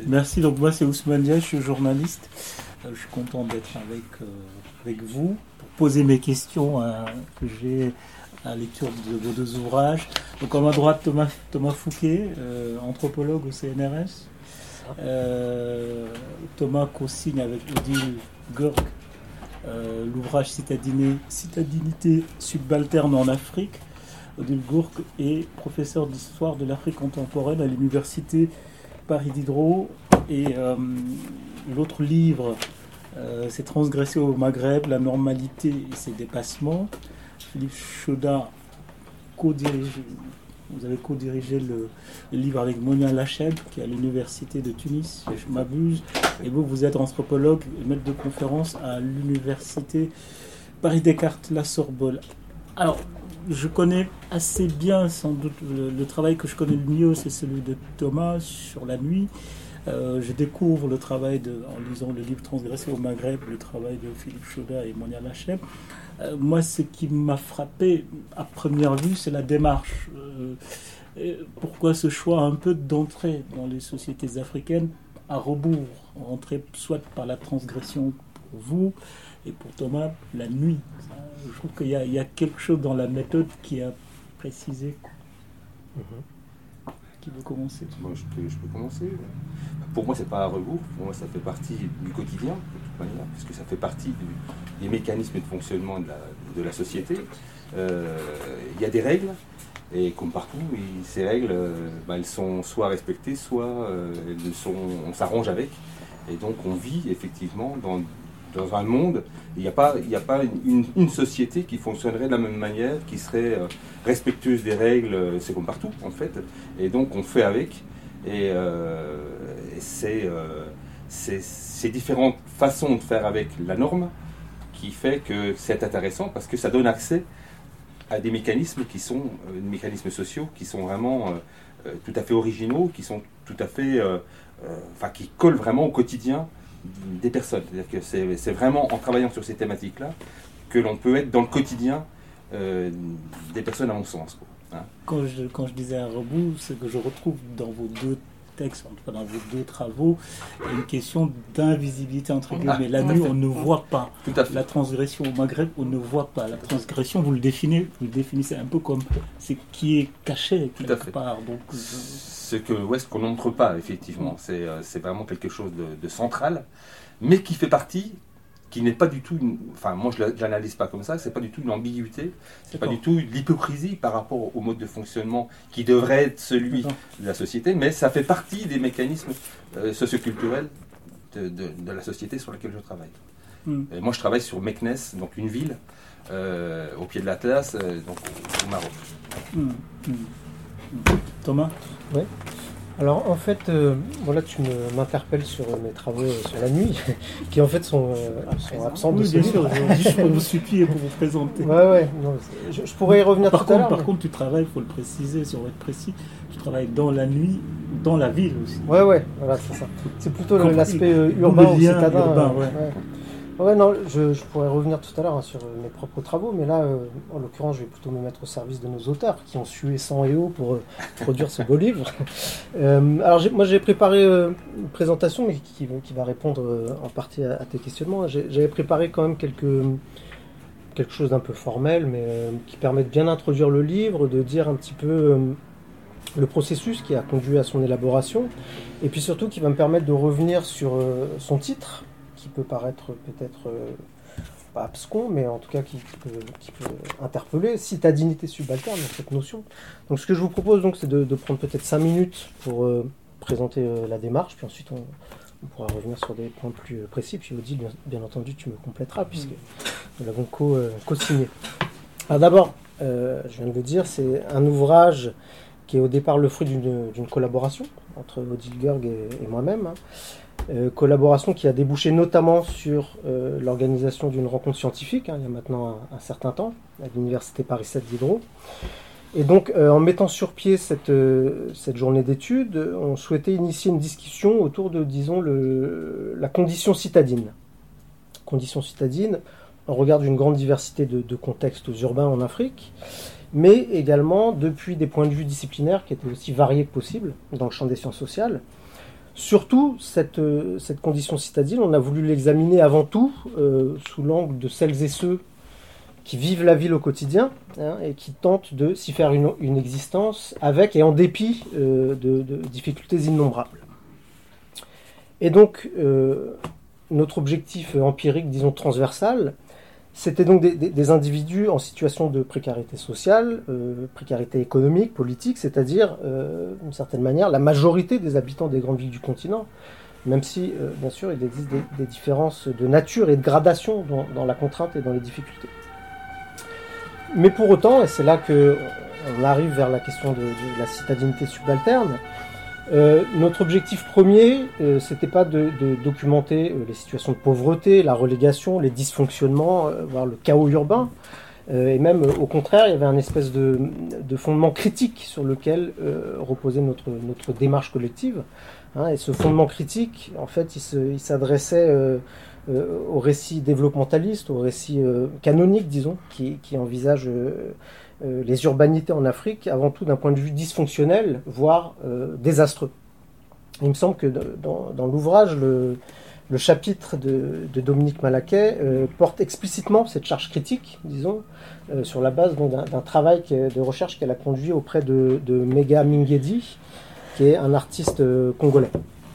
Merci. Donc moi c'est Ousmane Dia, je suis journaliste. Je suis content d'être avec vous pour poser mes questions que j'ai à la lecture de vos deux ouvrages. Donc à ma droite Thomas Fouquet, anthropologue au CNRS. Thomas co-signe avec Odile Gurg l'ouvrage Citadinité subalterne en Afrique. Odile Gurg est professeur d'histoire de l'Afrique contemporaine à l'université Paris Diderot, et l'autre livre c'est Transgresser au Maghreb, la normalité et ses dépassements. Philippe Chaudin, vous avez co-dirigé le livre avec Monia Lacheb, qui est à l'université de Tunis, si je m'abuse, et vous êtes anthropologue et maître de conférence à l'université Paris-Descartes, la Sorbonne. Alors, je connais assez bien, sans doute, le travail que je connais le mieux, c'est celui de Thomas sur la nuit. Je découvre le travail en lisant le livre Transgresser au Maghreb, le travail de Philippe Chaudin et Monia Lacheb. Moi, ce qui m'a frappé à première vue, c'est la démarche. Pourquoi ce choix un peu d'entrer dans les sociétés africaines à rebours, entrer soit par la transgression pour vous, et pour Thomas, la nuit. Je trouve qu'il y a quelque chose dans la méthode qui a précisé. Qui veut commencer? Moi, je peux commencer. Pour moi, c'est pas un rebours. Pour moi, ça fait partie du quotidien, de toute manière, puisque ça fait partie des mécanismes de fonctionnement de la société. Il y a des règles, et comme partout, ces règles, elles sont soit respectées, soit on s'arrange avec. Et donc, on vit effectivement dans un monde. Il n'y a pas une société qui fonctionnerait de la même manière, qui serait respectueuse des règles. C'est comme partout, en fait. Et donc, on fait avec. Et c'est différentes façons de faire avec la norme qui fait que c'est intéressant, parce que ça donne accès à des mécanismes qui sont des mécanismes sociaux qui sont vraiment tout à fait originaux, qui sont tout à fait, qui collent vraiment au quotidien des personnes. C'est-à-dire que c'est vraiment en travaillant sur ces thématiques-là que l'on peut être dans le quotidien des personnes, à mon sens. Hein. Quand je disais un rebours, c'est que je retrouve dans vos deux textes, en tout cas dans vos deux travaux, une question d'invisibilité entre guillemets. La nuit, on ne voit pas. La transgression au Maghreb, on ne voit pas. La transgression, vous le définissez un peu comme ce qui est caché quelque part. Donc, ce qu'on ne montre pas, effectivement. C'est vraiment quelque chose de central, mais qui fait partie, qui n'est pas du tout, moi je ne l'analyse pas comme ça, c'est pas du tout une ambiguïté, c'est pas du tout de l'hypocrisie par rapport au mode de fonctionnement qui devrait être celui de la société, mais ça fait partie des mécanismes socioculturels de la société sur laquelle je travaille. Et moi je travaille sur Meknes, donc une ville au pied de l'Atlas, donc au Maroc. Thomas? Oui. Alors en fait, tu m'interpelles sur mes travaux sur la nuit, qui en fait sont absents de ce livre. Je peux vous supplier pour vous présenter. Ouais, non, je pourrais y revenir tout à l'heure. Par contre, tu travailles, il faut le préciser, sur être précis, tu travailles dans la nuit, dans la ville aussi. Ouais, voilà, c'est ça. C'est plutôt l'aspect urbain ou citadin. Ouais, non, je pourrais revenir tout à l'heure sur mes propres travaux, mais là, en l'occurrence, je vais plutôt me mettre au service de nos auteurs qui ont sué sang et eau pour produire ce beau livre. Alors, moi, j'ai préparé une présentation, mais qui va répondre en partie à tes questionnements. J'avais préparé quand même quelque chose d'un peu formel, mais qui permet de bien introduire le livre, de dire un petit peu le processus qui a conduit à son élaboration, et puis surtout qui va me permettre de revenir sur son titre, qui peut paraître peut-être pas abscon, mais en tout cas qui peut interpeller, citadinité subalterne, cette notion. Donc ce que je vous propose, donc, c'est de prendre peut-être 5 minutes pour présenter la démarche, puis ensuite on pourra revenir sur des points plus précis, puis Odile, bien entendu, tu me compléteras, puisque nous l'avons co-signé. Alors d'abord, je viens de le dire, c'est un ouvrage qui est au départ le fruit d'une collaboration entre Odile Gurg et moi-même, collaboration qui a débouché notamment sur l'organisation d'une rencontre scientifique, il y a maintenant un certain temps, à l'université Paris 7 Diderot. Et donc, en mettant sur pied cette journée d'études, on souhaitait initier une discussion autour de, disons, la condition citadine. Condition citadine, on regarde une grande diversité de contextes urbains en Afrique, mais également depuis des points de vue disciplinaires qui étaient aussi variés que possible dans le champ des sciences sociales, Surtout, cette condition citadine, on a voulu l'examiner avant tout sous l'angle de celles et ceux qui vivent la ville au quotidien et qui tentent de s'y faire une existence avec et en dépit de difficultés innombrables. Et donc, notre objectif empirique, disons transversal, c'était donc des individus en situation de précarité sociale, précarité économique, politique, c'est-à-dire, d'une certaine manière, la majorité des habitants des grandes villes du continent, même si, bien sûr, il existe des différences de nature et de gradation dans la contrainte et dans les difficultés. Mais pour autant, et c'est là qu'on arrive vers la question de la citadinité subalterne, notre objectif premier, c'était pas de documenter les situations de pauvreté, la relégation, les dysfonctionnements, voire le chaos urbain, et même au contraire, il y avait un espèce de fondement critique sur lequel reposait notre démarche collective. Et ce fondement critique, en fait, il s'adressait au récit développementaliste, au récit canonique, disons, qui envisage les urbanités en Afrique, avant tout d'un point de vue dysfonctionnel, voire désastreux. Il me semble que dans l'ouvrage, le chapitre de Dominique Malaquais porte explicitement cette charge critique, disons, sur la base d'un travail de recherche qu'elle a conduit auprès de Mega Mingedi, qui est un artiste congolais.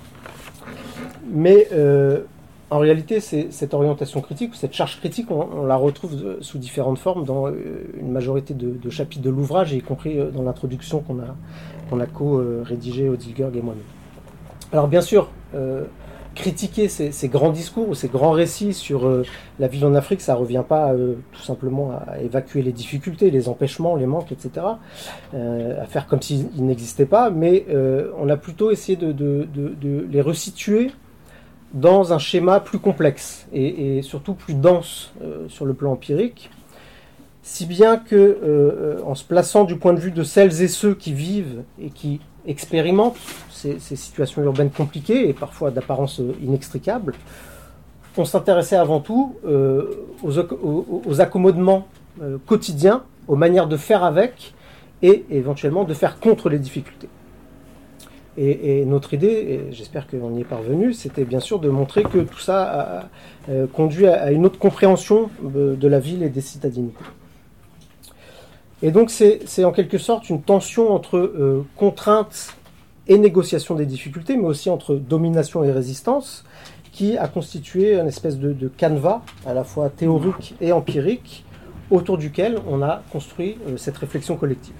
Mais en réalité, cette orientation critique, ou cette charge critique, on la retrouve sous différentes formes dans une majorité de chapitres de l'ouvrage, y compris dans l'introduction qu'on a co-rédigé Odile Gerg et moi-même. Alors bien sûr, critiquer ces grands discours ou ces grands récits sur la ville en Afrique, ça ne revient pas tout simplement à évacuer les difficultés, les empêchements, les manques, etc., à faire comme s'ils n'existaient pas, mais on a plutôt essayé de les resituer dans un schéma plus complexe et surtout plus dense sur le plan empirique, si bien que, en se plaçant du point de vue de celles et ceux qui vivent et qui expérimentent ces situations urbaines compliquées et parfois d'apparence inextricable, on s'intéressait avant tout aux accommodements quotidiens, aux manières de faire avec et éventuellement de faire contre les difficultés. Et notre idée, et j'espère qu'on y est parvenu, c'était bien sûr de montrer que tout ça a conduit à une autre compréhension de la ville et des citadinités. Et donc c'est en quelque sorte une tension entre contrainte et négociation des difficultés, mais aussi entre domination et résistance, qui a constitué une espèce de canevas, à la fois théorique et empirique, autour duquel on a construit cette réflexion collective.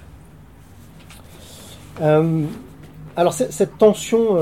Alors cette tension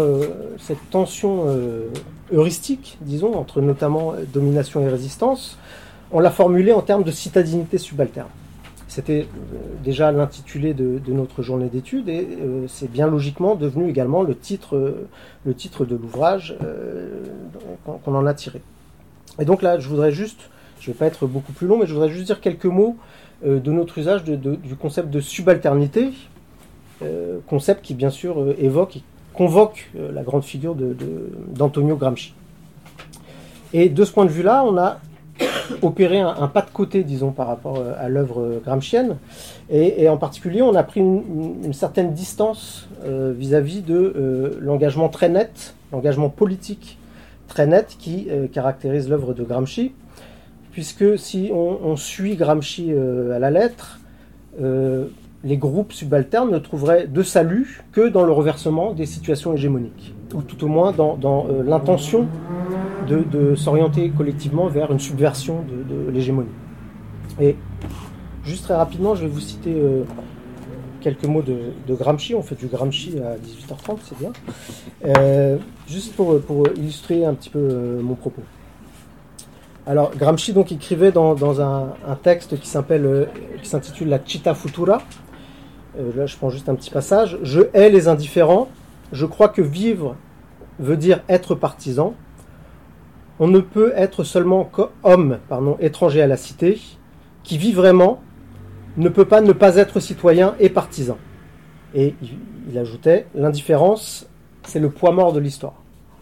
heuristique, disons, entre notamment domination et résistance, on l'a formulée en termes de citadinité subalterne. C'était déjà l'intitulé de notre journée d'études et c'est bien logiquement devenu également le titre de l'ouvrage qu'on en a tiré. Et donc là, je ne vais pas être beaucoup plus long, mais je voudrais juste dire quelques mots de notre usage du concept de subalternité, concept qui bien sûr évoque et convoque la grande figure d'Antonio Gramsci. Et de ce point de vue-là, on a opéré un pas de côté, disons, par rapport à l'œuvre gramscienne, et en particulier, on a pris une certaine distance vis-à-vis de l'engagement très net, l'engagement politique très net qui caractérise l'œuvre de Gramsci, puisque si on suit Gramsci à la lettre, les groupes subalternes ne trouveraient de salut que dans le reversement des situations hégémoniques, ou tout au moins dans l'intention de s'orienter collectivement vers une subversion de l'hégémonie. Et juste très rapidement, je vais vous citer quelques mots de Gramsci. On fait du Gramsci à 18h30, c'est bien. Juste pour illustrer un petit peu mon propos. Alors, Gramsci donc écrivait dans un texte qui s'intitule La Città Futura. Là, je prends juste un petit passage. « Je hais les indifférents. Je crois que vivre veut dire être partisan. On ne peut être seulement homme, étranger à la cité. Qui vit vraiment ne peut pas ne pas être citoyen et partisan. » Et il ajoutait « L'indifférence, c'est le poids mort de l'histoire. »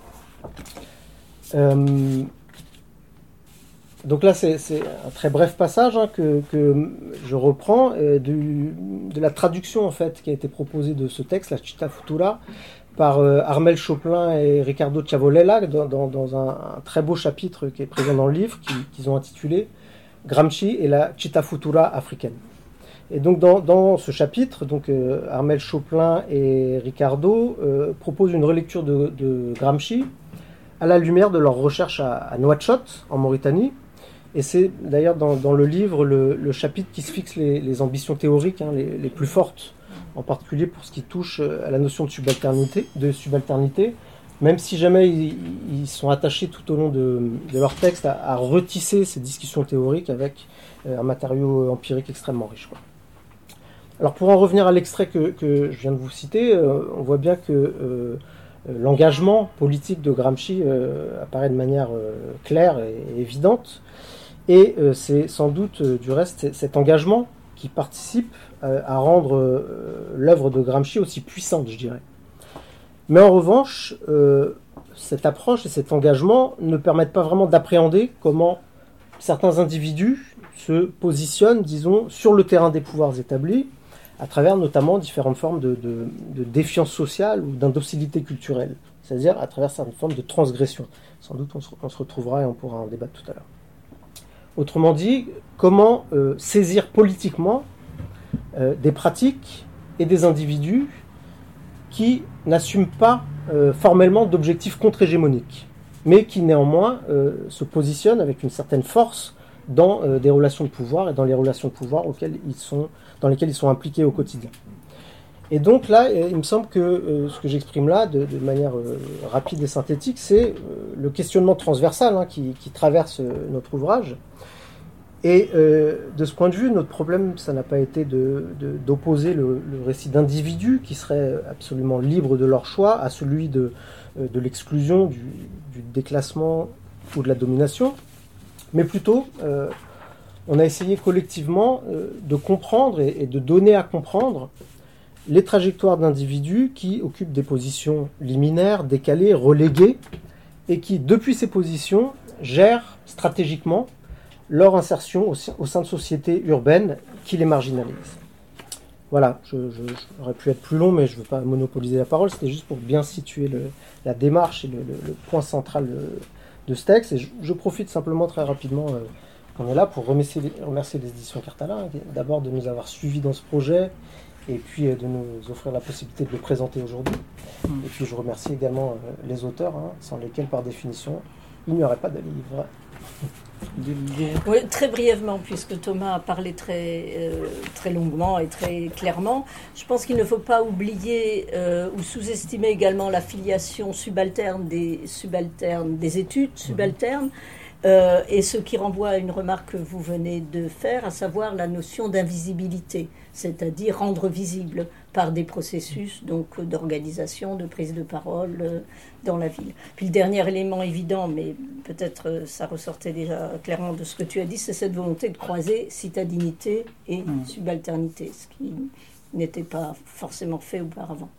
Donc là, c'est un très bref passage que je reprends de la traduction en fait qui a été proposée de ce texte, la Città Futura, par Armel Choplin et Ricardo Ciavolella dans un très beau chapitre qui est présent dans le livre, qu'ils ont intitulé « Gramsci et la Città futura africaine ». Et donc dans ce chapitre, Armel Choplin et Ricardo proposent une relecture de Gramsci à la lumière de leurs recherches à Nouakchott, en Mauritanie. Et c'est d'ailleurs dans le livre le chapitre qui se fixe les ambitions théoriques les plus fortes, en particulier pour ce qui touche à la notion de subalternité, même si jamais ils sont attachés tout au long de leur texte à retisser ces discussions théoriques avec un matériau empirique extrêmement riche, quoi. Alors pour en revenir à l'extrait que je viens de vous citer, on voit bien que l'engagement politique de Gramsci apparaît de manière claire et évidente, et c'est sans doute du reste cet engagement qui participe à rendre l'œuvre de Gramsci aussi puissante, je dirais. Mais en revanche, cette approche et cet engagement ne permettent pas vraiment d'appréhender comment certains individus se positionnent, disons, sur le terrain des pouvoirs établis, à travers notamment différentes formes de défiance sociale ou d'indocilité culturelle, c'est-à-dire à travers certaines formes de transgression. Sans doute on se retrouvera et on pourra en débattre tout à l'heure. Autrement dit, comment saisir politiquement des pratiques et des individus qui n'assument pas formellement d'objectifs contre-hégémoniques, mais qui néanmoins se positionnent avec une certaine force dans des relations de pouvoir et dans les relations de pouvoir dans lesquelles ils sont impliqués au quotidien. Et donc là, il me semble que ce que j'exprime là, de manière rapide et synthétique, c'est le questionnement transversal qui traverse notre ouvrage. Et de ce point de vue, notre problème, ça n'a pas été d'opposer le récit d'individus qui seraient absolument libres de leur choix à celui de l'exclusion, du déclassement ou de la domination, mais plutôt on a essayé collectivement de comprendre et de donner à comprendre les trajectoires d'individus qui occupent des positions liminaires, décalées, reléguées, et qui, depuis ces positions, gèrent stratégiquement leur insertion au sein de sociétés urbaines qui les marginalisent. Voilà, j'aurais pu être plus long, mais je ne veux pas monopoliser la parole, c'était juste pour bien situer la démarche et le point central de ce texte, et je profite simplement très rapidement qu'on est là pour remercier les éditions Cartala, d'abord de nous avoir suivis dans ce projet, et puis de nous offrir la possibilité de le présenter aujourd'hui. Et puis je remercie également les auteurs, sans lesquels par définition il n'y aurait pas de livre. Oui, très brièvement, puisque Thomas a parlé très longuement et très clairement, je pense qu'il ne faut pas oublier ou sous-estimer également la filiation subalterne des études subalternes, et ce qui renvoie à une remarque que vous venez de faire, à savoir la notion d'invisibilité, c'est-à-dire rendre visible par des processus donc d'organisation, de prise de parole dans la ville. Puis le dernier élément évident, mais peut-être ça ressortait déjà clairement de ce que tu as dit, c'est cette volonté de croiser citadinité et subalternité, ce qui n'était pas forcément fait auparavant.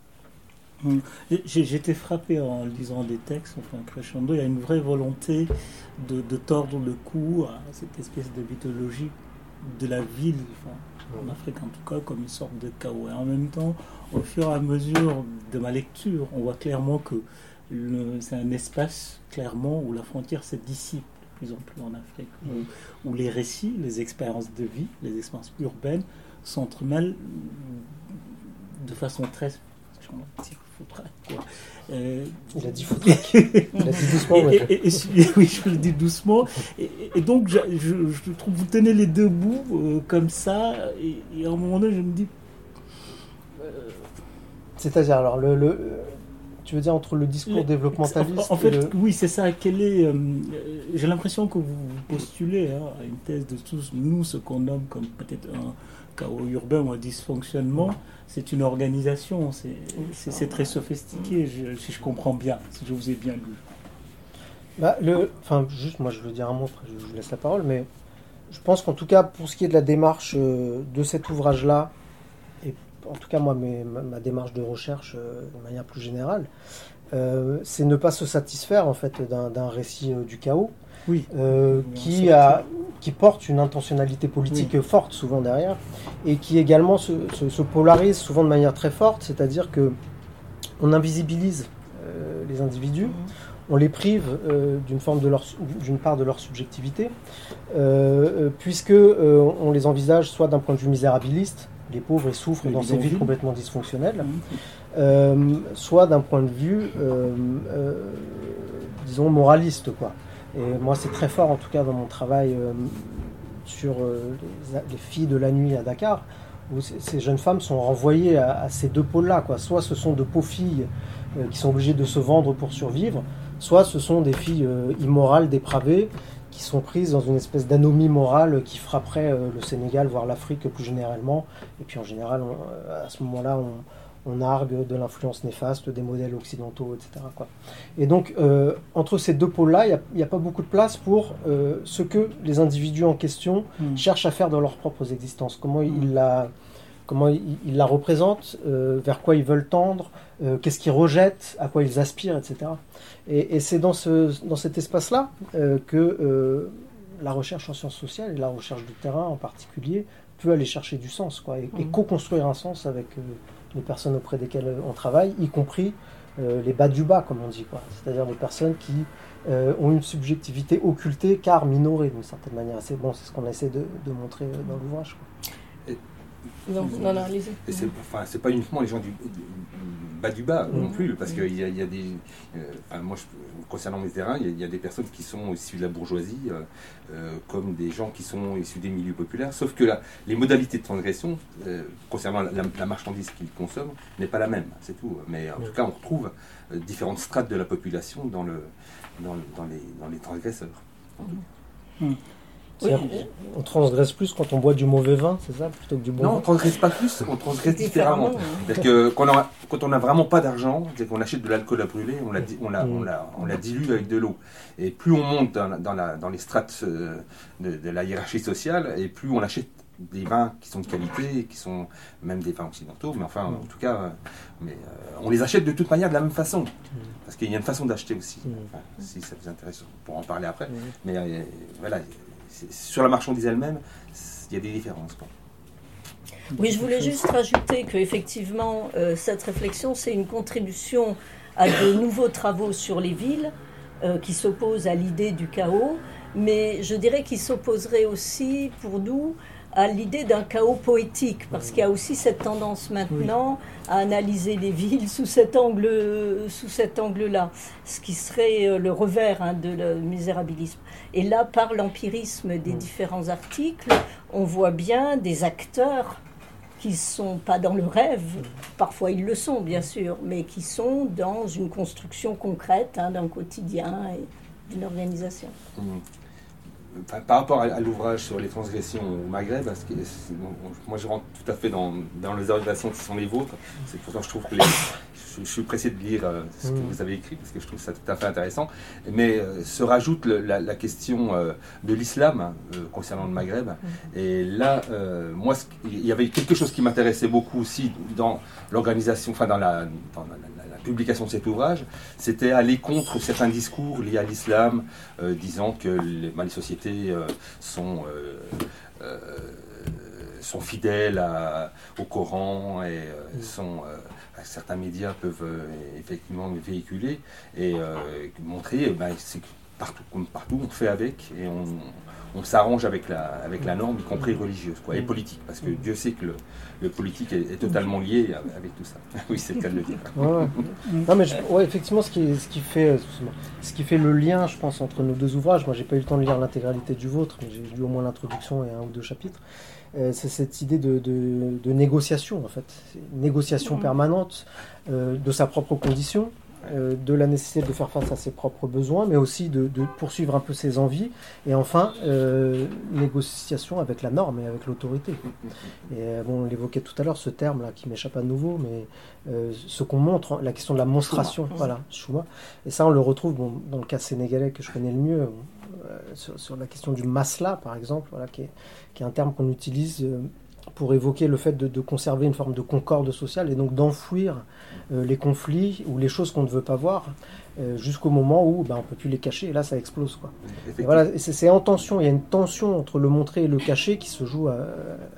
J'étais frappé en lisant des textes, enfin crescendo, il y a une vraie volonté de tordre le cou à cette espèce de mythologie de la ville, en Afrique en tout cas, comme une sorte de chaos. Et en même temps, au fur et à mesure de ma lecture, on voit clairement que c'est un espace, clairement, où la frontière se dissipe de plus en plus en Afrique, où les récits, les expériences de vie, les expériences urbaines s'entremêlent de façon très... Il a dit foutraque. Il a dit doucement. Oui, je le dis doucement. Et donc, je trouve que vous tenez les deux bouts comme ça. Et à un moment donné, je me dis. C'est-à-dire, alors, tu veux dire entre le discours développementaliste en fait, oui, c'est ça. J'ai l'impression que vous postulez à une thèse de tous nous, ce qu'on nomme comme peut-être un chaos urbain ou un dysfonctionnement. C'est une organisation, c'est très sophistiqué, si je comprends bien, si je vous ai bien lu. Juste, moi je veux dire un mot, après je vous laisse la parole, mais je pense qu'en tout cas, pour ce qui est de la démarche de cet ouvrage-là, et en tout cas moi, ma démarche de recherche de manière plus générale, c'est ne pas se satisfaire en fait d'un récit du chaos, oui, qui porte une intentionnalité politique forte souvent derrière, et qui également se polarise souvent de manière très forte, c'est-à-dire que on invisibilise les individus, on les prive d'une part de leur subjectivité, puisque on les envisage soit d'un point de vue misérabiliste, les pauvres ils souffrent dans ces vies complètement dysfonctionnelles, soit d'un point de vue, disons, moraliste, quoi. Et moi, c'est très fort, en tout cas, dans mon travail sur les filles de la nuit à Dakar, où ces jeunes femmes sont renvoyées à ces deux pôles-là, quoi. Soit ce sont de pauvres filles qui sont obligées de se vendre pour survivre, soit ce sont des filles immorales, dépravées, qui sont prises dans une espèce d'anomie morale qui frapperait le Sénégal, voire l'Afrique plus généralement. Et puis en général, à ce moment-là, on argue de l'influence néfaste des modèles occidentaux, etc., quoi. Et donc, entre ces deux pôles-là, il n'y a pas beaucoup de place pour ce que les individus en question cherchent à faire dans leurs propres existences. Comment ils la représentent, vers quoi ils veulent tendre, qu'est-ce qu'ils rejettent, à quoi ils aspirent, etc. Et c'est dans cet espace-là que la recherche en sciences sociales et la recherche du terrain en particulier peut aller chercher du sens, quoi, et co-construire un sens avec les personnes auprès desquelles on travaille, y compris les bas du bas, comme on dit, quoi. C'est-à-dire les personnes qui ont une subjectivité occultée car minorée d'une certaine manière. C'est ce qu'on essaie de montrer dans l'ouvrage, quoi. Non, allez-y. C'est pas uniquement les gens du bas du bas non plus, parce qu'il y a des... moi, concernant mes terrains, il y a des personnes qui sont issues de la bourgeoisie, comme des gens qui sont issus des milieux populaires, sauf que les modalités de transgression, concernant la marchandise qu'ils consomment, n'est pas la même, c'est tout. Mais en tout cas, on retrouve différentes strates de la population dans les transgresseurs. On transgresse plus quand on boit du mauvais vin, c'est ça, plutôt que du bon vin? Non, on transgresse pas plus, on transgresse différemment. Parce que quand on n'a vraiment pas d'argent, c'est qu'on achète de l'alcool à brûler, on la dilue avec de l'eau. Et plus on monte dans les strates de la hiérarchie sociale, et plus on achète des vins qui sont de qualité, qui sont même des vins occidentaux, mais enfin, en tout cas, on les achète de toute manière de la même façon. Parce qu'il y a une façon d'acheter aussi. Enfin, si ça vous intéresse, on pourra en parler après. Mais voilà. Sur la marchandise elle-même, il y a des différences, quoi. Oui, je voulais juste rajouter qu'effectivement, cette réflexion, c'est une contribution à de nouveaux travaux sur les villes qui s'opposent à l'idée du chaos, mais je dirais qu'ils s'opposeraient aussi, pour nous, à l'idée d'un chaos poétique, parce qu'il y a aussi cette tendance maintenant à analyser les villes sous cet angle-là, ce qui serait le revers de le misérabilisme. Et là, par l'empirisme des différents articles, on voit bien des acteurs qui ne sont pas dans le rêve, parfois ils le sont bien sûr, mais qui sont dans une construction concrète d'un quotidien et d'une organisation. Par rapport à l'ouvrage sur les transgressions au Maghreb, parce que moi je rentre tout à fait dans les orientations qui sont les vôtres. C'est pourtant je trouve que je suis pressé de lire ce que vous avez écrit parce que je trouve ça tout à fait intéressant. Mais se rajoute la question de l'islam concernant le Maghreb. Et là, moi, il y avait quelque chose qui m'intéressait beaucoup aussi dans l'organisation, enfin dans la publication de cet ouvrage, c'était aller contre certains discours liés à l'islam, disant que les sociétés sont fidèles au Coran et certains médias peuvent effectivement véhiculer et montrer c'est que partout on fait avec et on s'arrange avec la norme, y compris religieuse, quoi, et politique, parce que Dieu sait que le politique est totalement lié avec tout ça. Oui, c'est le cas de le dire. Non, mais effectivement, ce qui fait le lien, je pense, entre nos deux ouvrages, moi j'ai pas eu le temps de lire l'intégralité du vôtre, mais j'ai lu au moins l'introduction et 1 ou 2 chapitres, c'est cette idée de négociation, en fait, négociation permanente de sa propre condition, de la nécessité de faire face à ses propres besoins, mais aussi de poursuivre un peu ses envies, et enfin, négociation avec la norme et avec l'autorité. Et on l'évoquait tout à l'heure, ce terme-là, qui m'échappe à nouveau, mais ce qu'on montre, la question de la monstration, voilà, chouma. Et ça, on le retrouve dans le cas sénégalais que je connais le mieux, sur la question du masla, par exemple, voilà, qui est un terme qu'on utilise pour évoquer le fait de conserver une forme de concorde sociale et donc d'enfouir les conflits ou les choses qu'on ne veut pas voir jusqu'au moment où on ne peut plus les cacher et là ça explose, quoi. Et voilà, c'est en tension, il y a une tension entre le montrer et le cacher qui se joue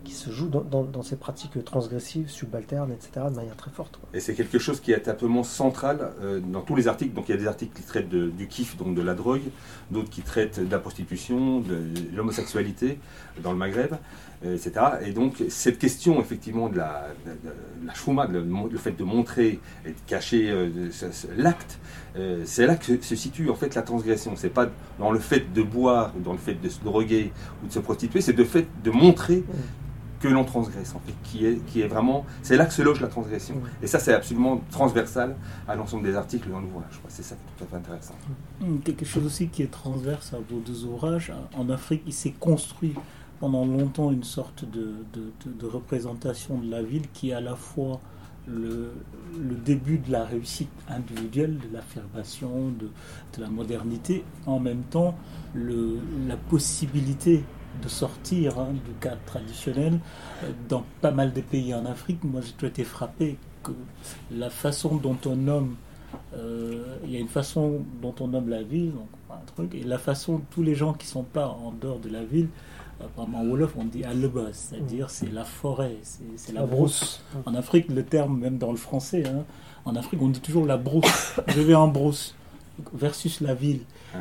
se joue dans ces pratiques transgressives, subalternes, etc., de manière très forte. Et c'est quelque chose qui est absolument central dans tous les articles. Donc il y a des articles qui traitent du kiff, donc de la drogue, d'autres qui traitent de la prostitution, de l'homosexualité dans le Maghreb, etc. Et donc cette question effectivement de la chouma, le fait de montrer et de cacher l'acte, c'est là que se situe en fait la transgression. C'est pas dans le fait de boire ou dans le fait de se droguer ou de se prostituer, c'est le fait de montrer que l'on transgresse, en fait, qui est vraiment, c'est là que se loge la transgression. Et ça, c'est absolument transversal à l'ensemble des articles dans l'ouvrage. C'est ça qui est tout à fait intéressant. Quelque chose aussi qui est transverse à vos deux ouvrages, en Afrique, il s'est construit pendant longtemps une sorte de représentation de la ville qui est à la fois le début de la réussite individuelle, de l'affirmation, de la modernité, en même temps la possibilité de sortir du cadre traditionnel. Dans pas mal de pays en Afrique, moi j'ai toujours été frappé que la façon dont on nomme, il y a une façon dont on nomme la ville, donc un truc, et la façon tous les gens qui sont pas en dehors de la ville, en Wolof on dit aleba, c'est-à-dire c'est la forêt, c'est la brousse. En Afrique, le terme, même dans le français, en Afrique on dit toujours la brousse, je vais en brousse, versus la ville.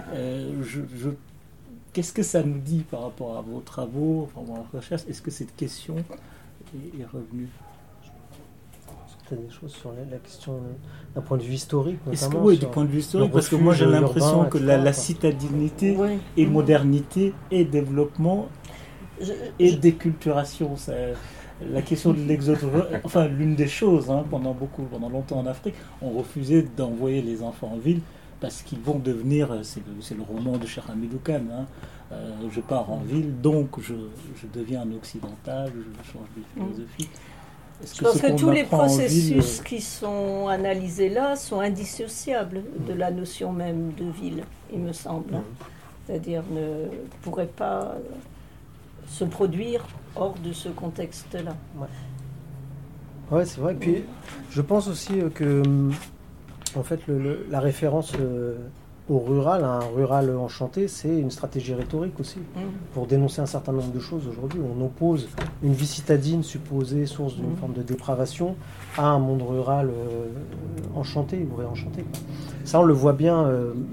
Qu'est-ce que ça nous dit par rapport à vos travaux, à vos recherches? Est-ce que cette question est revenue? Tu as des choses sur la question d'un point de vue historique, notamment. Oui, du point de vue historique, parce que moi j'ai l'impression que la citadinité et modernité et développement et déculturation, la question de l'exode, enfin l'une des choses, pendant longtemps en Afrique, on refusait d'envoyer les enfants en ville parce qu'ils vont devenir, c'est le roman de Cheikh Hamidou Kane, je pars en ville, donc je deviens un occidental, je change de philosophie. Je pense que tous les processus qui sont analysés là sont indissociables de la notion même de ville, il me semble. C'est-à-dire ne pourraient pas se produire hors de ce contexte-là. Ouais, c'est vrai. Et puis, je pense aussi que en fait, la référence au rural, à un rural enchanté, c'est une stratégie rhétorique aussi, pour dénoncer un certain nombre de choses aujourd'hui. On oppose une vie citadine supposée source d'une forme de dépravation à un monde rural enchanté ou réenchanté. Ça, on le voit bien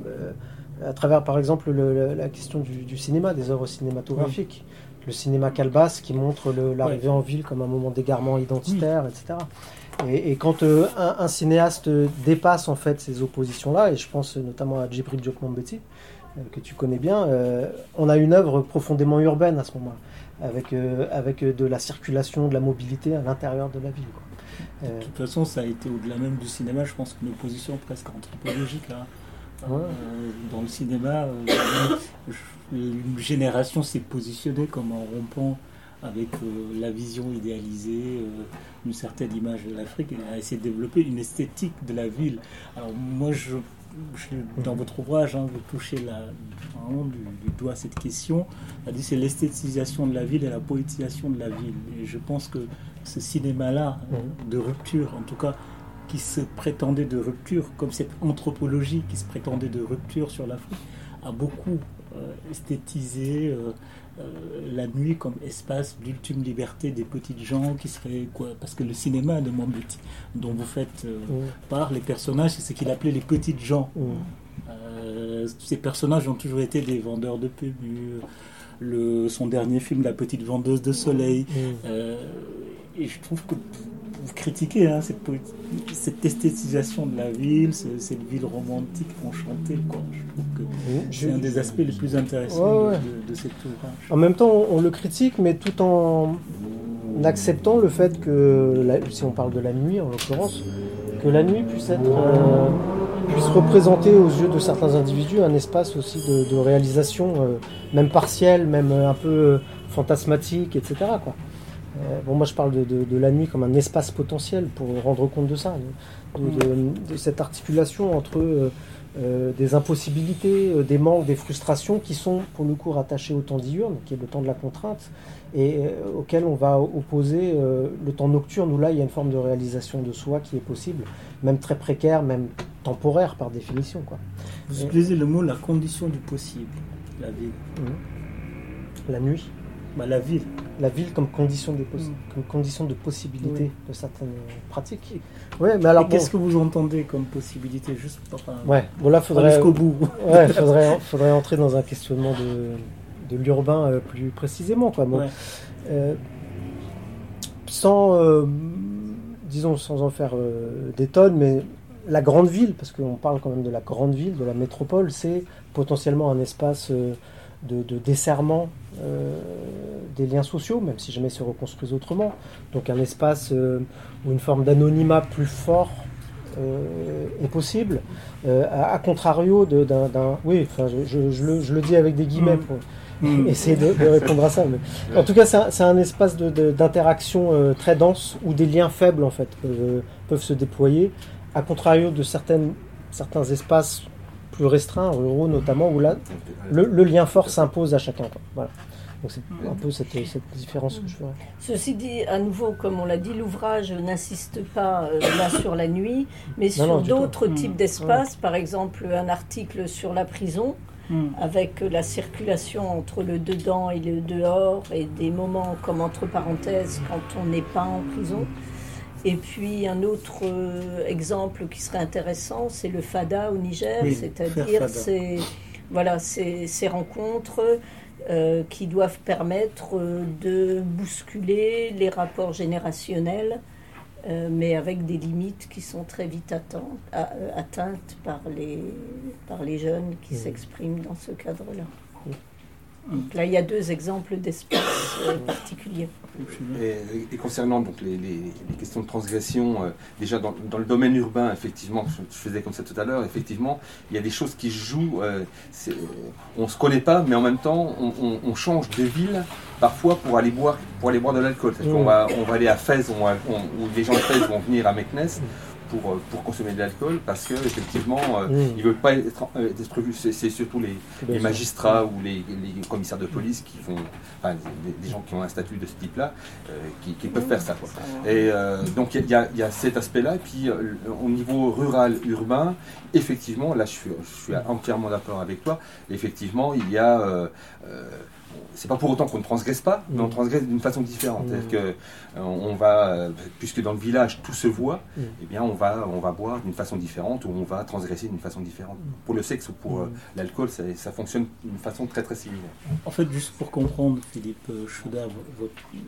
à travers, par exemple, la question du cinéma, des œuvres cinématographiques. Le cinéma Calbas qui montre l'arrivée en ville comme un moment d'égarement identitaire, etc. Et quand un cinéaste dépasse en fait ces oppositions-là, et je pense notamment à Djibril Diop Mambéty, que tu connais bien, on a une œuvre profondément urbaine à ce moment-là, avec de la circulation, de la mobilité à l'intérieur de la ville. De toute façon, ça a été au-delà même du cinéma, je pense qu'une opposition presque anthropologique. Dans le cinéma, une génération s'est positionnée comme en rompant avec la vision idéalisée d'une certaine image de l'Afrique, et a essayé de développer une esthétique de la ville. Alors moi, dans votre ouvrage, vous touchez du doigt cette question, c'est l'esthétisation de la ville et la poétisation de la ville. Et je pense que ce cinéma-là, de rupture, en tout cas, qui se prétendait de rupture, comme cette anthropologie qui se prétendait de rupture sur l'Afrique, a beaucoup esthétisé la nuit comme espace d'ultime liberté des petites gens qui seraient parce que le cinéma de Mambéty dont vous faites part, les personnages, c'est ce qu'il appelait les petites gens. Ces personnages ont toujours été des vendeurs de PMU. Son dernier film, La petite vendeuse de soleil, et je trouve que vous critiquez cette esthétisation de la ville, cette ville romantique enchantée. Je trouve que c'est un des aspects les plus intéressants de cet ouvrage. En même temps, on le critique, mais tout en acceptant le fait que, si on parle de la nuit en l'occurrence, que la nuit puisse représenter aux yeux de certains individus un espace aussi de réalisation, même partielle, même un peu fantasmatique, etc. Moi je parle de la nuit comme un espace potentiel pour rendre compte de ça, de cette articulation entre des impossibilités, des manques, des frustrations qui sont pour le coup rattachés au temps diurne, qui est le temps de la contrainte, et auquel on va opposer le temps nocturne, où là il y a une forme de réalisation de soi qui est possible, même très précaire, même temporaire par définition. Vous utilisez le mot la condition du possible, la vie. La nuit. La ville. La ville comme condition de possibilité de certaines pratiques. Ouais, mais alors, qu'est-ce que vous entendez comme possibilité, juste pour faudrait jusqu'au bout. Ouais, faudrait entrer dans un questionnement de l'urbain plus précisément, quoi. Bon, sans en faire des tonnes, mais la grande ville, parce qu'on parle quand même de la grande ville, de la métropole, c'est potentiellement un espace de desserrement des liens sociaux, même si jamais ils se reconstruisent autrement. Donc un espace où une forme d'anonymat plus fort est possible, à contrario d'un... Oui, enfin, je le dis avec des guillemets pour essayer de répondre à ça. Mais... En tout cas, c'est un espace d'interaction très dense, où des liens faibles, en fait, peuvent se déployer, à contrario de certains espaces plus restreints, ruraux notamment, où là, le lien fort s'impose à chacun, quoi. Voilà. Donc c'est un peu cette différence que je ferais. Ceci dit, à nouveau, comme on l'a dit, l'ouvrage n'insiste pas là sur la nuit, mais sur d'autres types d'espaces. Par exemple, un article sur la prison, avec la circulation entre le dedans et le dehors, et des moments comme entre parenthèses quand on n'est pas en prison. Et puis un autre exemple qui serait intéressant, c'est le FADA au Niger, c'est-à-dire ces rencontres qui doivent permettre de bousculer les rapports générationnels, mais avec des limites qui sont très vite atteintes par les jeunes qui s'expriment dans ce cadre-là. Donc là, il y a deux exemples d'espaces particuliers. Et concernant donc les questions de transgression, déjà dans le domaine urbain, effectivement, je faisais comme ça tout à l'heure, effectivement, il y a des choses qui se jouent, on ne se connaît pas, mais en même temps, on change de ville, parfois pour aller boire de l'alcool. C'est-à-dire qu'on va aller à Fès, où les gens de Fès vont venir à Meknès, pour consommer de l'alcool, parce que effectivement ils veulent pas être vus. C'est surtout les magistrats ou les commissaires de police qui font, enfin, des gens qui ont un statut de ce type-là, qui peuvent faire ça, quoi. Et donc il y a cet aspect-là. Et puis au niveau rural, urbain, effectivement, là je suis entièrement d'accord avec toi. Effectivement, il y a c'est pas pour autant qu'on ne transgresse pas, mais on transgresse d'une façon différente. C'est-à-dire que puisque dans le village tout se voit, eh bien on va boire d'une façon différente, ou on va transgresser d'une façon différente. Pour le sexe ou pour l'alcool, ça fonctionne d'une façon très très similaire. En fait, juste pour comprendre, Philippe Chaudard, pour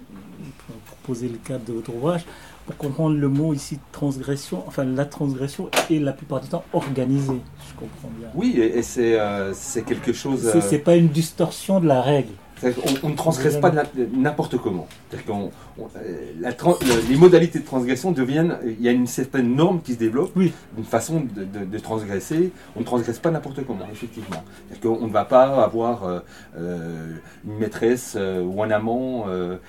poser le cadre de votre ouvrage, pour comprendre le mot ici transgression, enfin la transgression est la plupart du temps organisée, je comprends bien. Oui, et c'est quelque chose... C'est pas une distorsion de la règle. On ne transgresse pas n'importe comment. C'est-à-dire les modalités de transgression deviennent... Il y a une certaine norme qui se développe, une façon de transgresser. On ne transgresse pas n'importe comment, effectivement. C'est-à-dire qu'on ne va pas avoir une maîtresse ou un amant...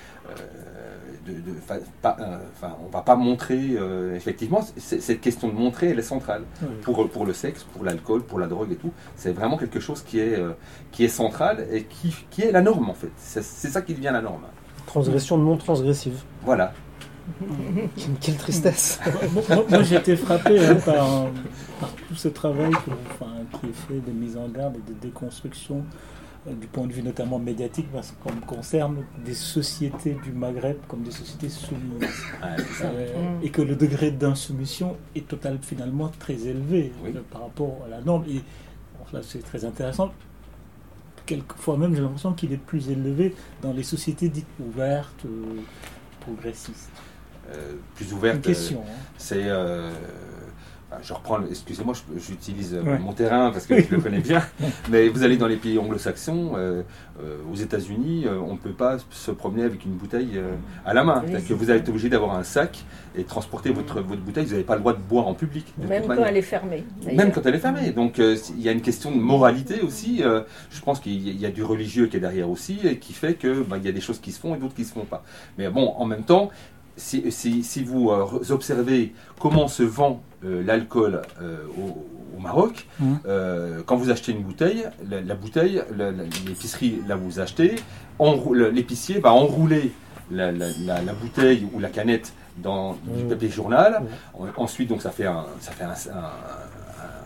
on va pas montrer, effectivement, cette question de montrer, elle est centrale pour le sexe, pour l'alcool, pour la drogue et tout. C'est vraiment quelque chose qui est central et qui est la norme, en fait. C'est ça qui devient la norme. Transgression non transgressive. Voilà. Quelle tristesse. Moi j'ai été frappé par tout ce travail qui est fait de mise en garde et de déconstruction du point de vue notamment médiatique, parce qu'on concerne des sociétés du Maghreb comme des sociétés soumises. Et que le degré d'insoumission est finalement très élevé par rapport à la norme. Et là, c'est très intéressant. Quelquefois même, j'ai l'impression qu'il est plus élevé dans les sociétés dites ouvertes, progressistes. Plus ouvertes, une question. C'est... je reprends, excusez-moi, j'utilise mon terrain parce que je le connais bien, mais vous allez dans les pays anglo-saxons, aux États-Unis, on ne peut pas se promener avec une bouteille à la main. C'est-à-dire que vous êtes obligé d'avoir un sac et transporter votre bouteille. Vous n'avez pas le droit de boire en public. Même quand elle est fermée. Même quand elle est fermée. Donc il y a une question de moralité aussi. Je pense qu'il y a du religieux qui est derrière aussi et qui fait que il y a des choses qui se font et d'autres qui ne se font pas. Mais bon, en même temps, si vous observez comment se vend l'alcool au Maroc, quand vous achetez une bouteille, la bouteille, l'épicerie, là vous achetez, l'épicier va enrouler la bouteille ou la canette dans du papier journal. Ensuite, donc ça fait un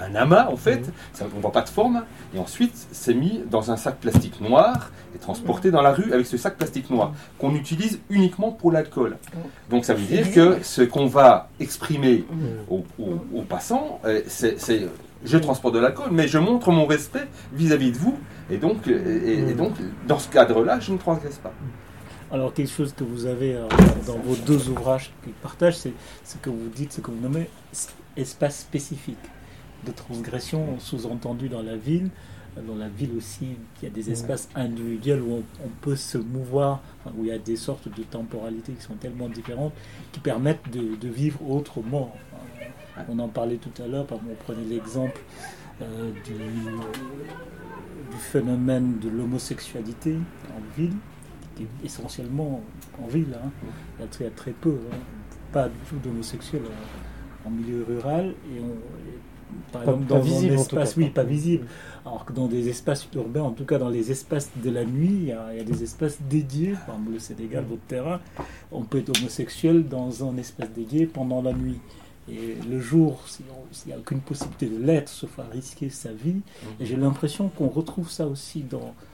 un amas en fait, on ne voit pas de forme, et ensuite c'est mis dans un sac plastique noir et transporté dans la rue avec ce sac plastique noir qu'on utilise uniquement pour l'alcool. Donc ça veut dire que ce qu'on va exprimer aux passants, c'est je transporte de l'alcool, mais je montre mon respect vis-à-vis de vous, et donc dans ce cadre-là, je ne transgresse pas. Alors, quelque chose que vous avez dans vos deux ouvrages qui partagent, c'est ce que vous dites, ce que vous nommez espace spécifique de transgression, sous-entendu dans la ville. Dans la ville aussi, il y a des espaces individuels où on peut se mouvoir, où il y a des sortes de temporalités qui sont tellement différentes, qui permettent de vivre autrement. On en parlait tout à l'heure, on prenait l'exemple du phénomène de l'homosexualité en ville, qui est essentiellement en ville. Il y a très peu, pas du tout d'homosexuels en milieu rural. Et par exemple, dans un espace, pas visible. Alors que dans des espaces urbains, en tout cas dans les espaces de la nuit, il y a des espaces dédiés. Par exemple, le Sénégal, votre terrain, on peut être homosexuel dans un espace dédié pendant la nuit. Et le jour, s'il n'y a aucune possibilité de l'être, sauf à risquer sa vie. Et j'ai l'impression qu'on retrouve ça aussi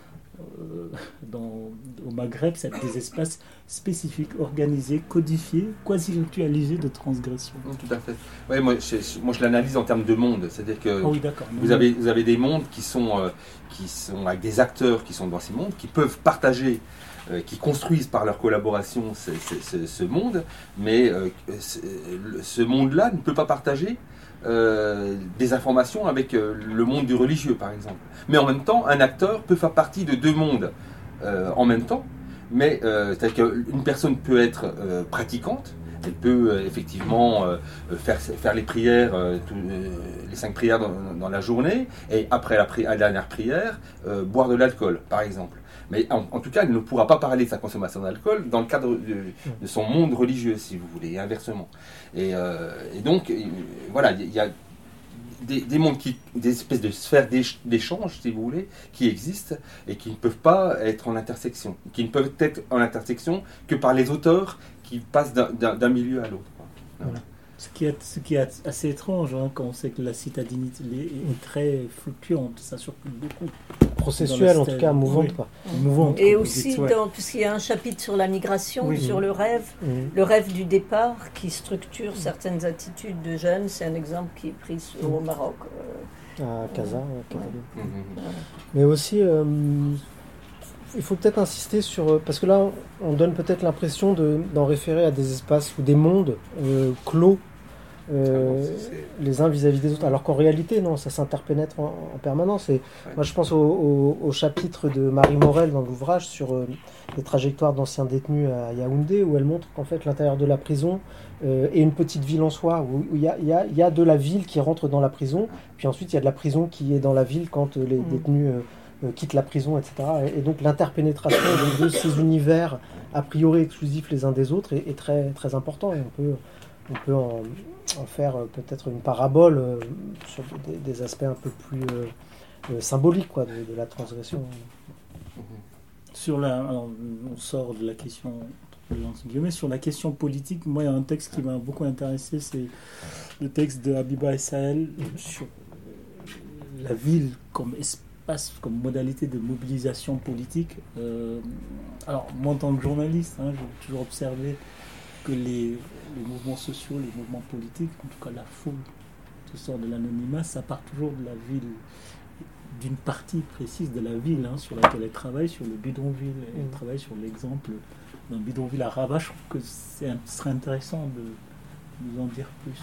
au Maghreb, c'est des espaces spécifiques, organisés, codifiés, quasi ritualisés de transgression. Tout à fait. Ouais, moi, je l'analyse en termes de monde. C'est-à-dire que vous avez des mondes qui sont avec des acteurs qui sont dans ces mondes, qui peuvent partager, qui construisent par leur collaboration ce monde, mais ce monde-là ne peut pas partager des informations avec le monde du religieux, par exemple. Mais en même temps, un acteur peut faire partie de deux mondes en même temps, mais c'est-à-dire qu'une personne peut être pratiquante, elle peut effectivement faire les prières, les 5 prières dans la journée, et après la dernière prière, boire de l'alcool, par exemple. Mais en tout cas, elle ne pourra pas parler de sa consommation d'alcool dans le cadre de son monde religieux, si vous voulez, et inversement. Et donc, voilà, il y a des mondes, des espèces de sphères d'échange, si vous voulez, qui existent et qui ne peuvent pas être en intersection. Qui ne peuvent être en intersection que par les auteurs qui passent d'un milieu à l'autre. Voilà. Ce qui est assez étrange, quand on sait que la citadinité est très fluctuante, ça circule beaucoup. Processuelle, en tout cas, mouvante. Mouvante. Et aussi, puisqu'il y a un chapitre sur la migration, sur le rêve du départ qui structure certaines attitudes de jeunes. C'est un exemple qui est pris au Maroc. À Casa. Mais aussi, il faut peut-être insister sur... Parce que là, on donne peut-être l'impression d'en référer à des espaces ou des mondes clos, les uns vis-à-vis des autres, alors qu'en réalité non, ça s'interpénètre en permanence. Et moi je pense au chapitre de Marie Morel dans l'ouvrage sur les trajectoires d'anciens détenus à Yaoundé, où elle montre qu'en fait l'intérieur de la prison est une petite ville en soi, où il y a de la ville qui rentre dans la prison, puis ensuite il y a de la prison qui est dans la ville quand les détenus quittent la prison, etc. Et donc l'interpénétration de ces univers a priori exclusifs les uns des autres est très, très important, et on peut en faire peut-être une parabole sur des aspects un peu plus symboliques de la transgression. Alors, on sort de la question sur la question politique. Moi, il y a un texte qui m'a beaucoup intéressé, c'est le texte de Habiba Essaël sur la ville comme espace, comme modalité de mobilisation politique. Alors, moi, en tant que journaliste, j'ai toujours observé que les mouvements sociaux, les mouvements politiques, en tout cas la foule qui sort de l'anonymat, ça part toujours de la ville, d'une partie précise de la ville sur laquelle elle travaille, sur le bidonville. Elle travaille sur l'exemple d'un bidonville à Rabat. Je trouve que ce serait intéressant de nous en dire plus.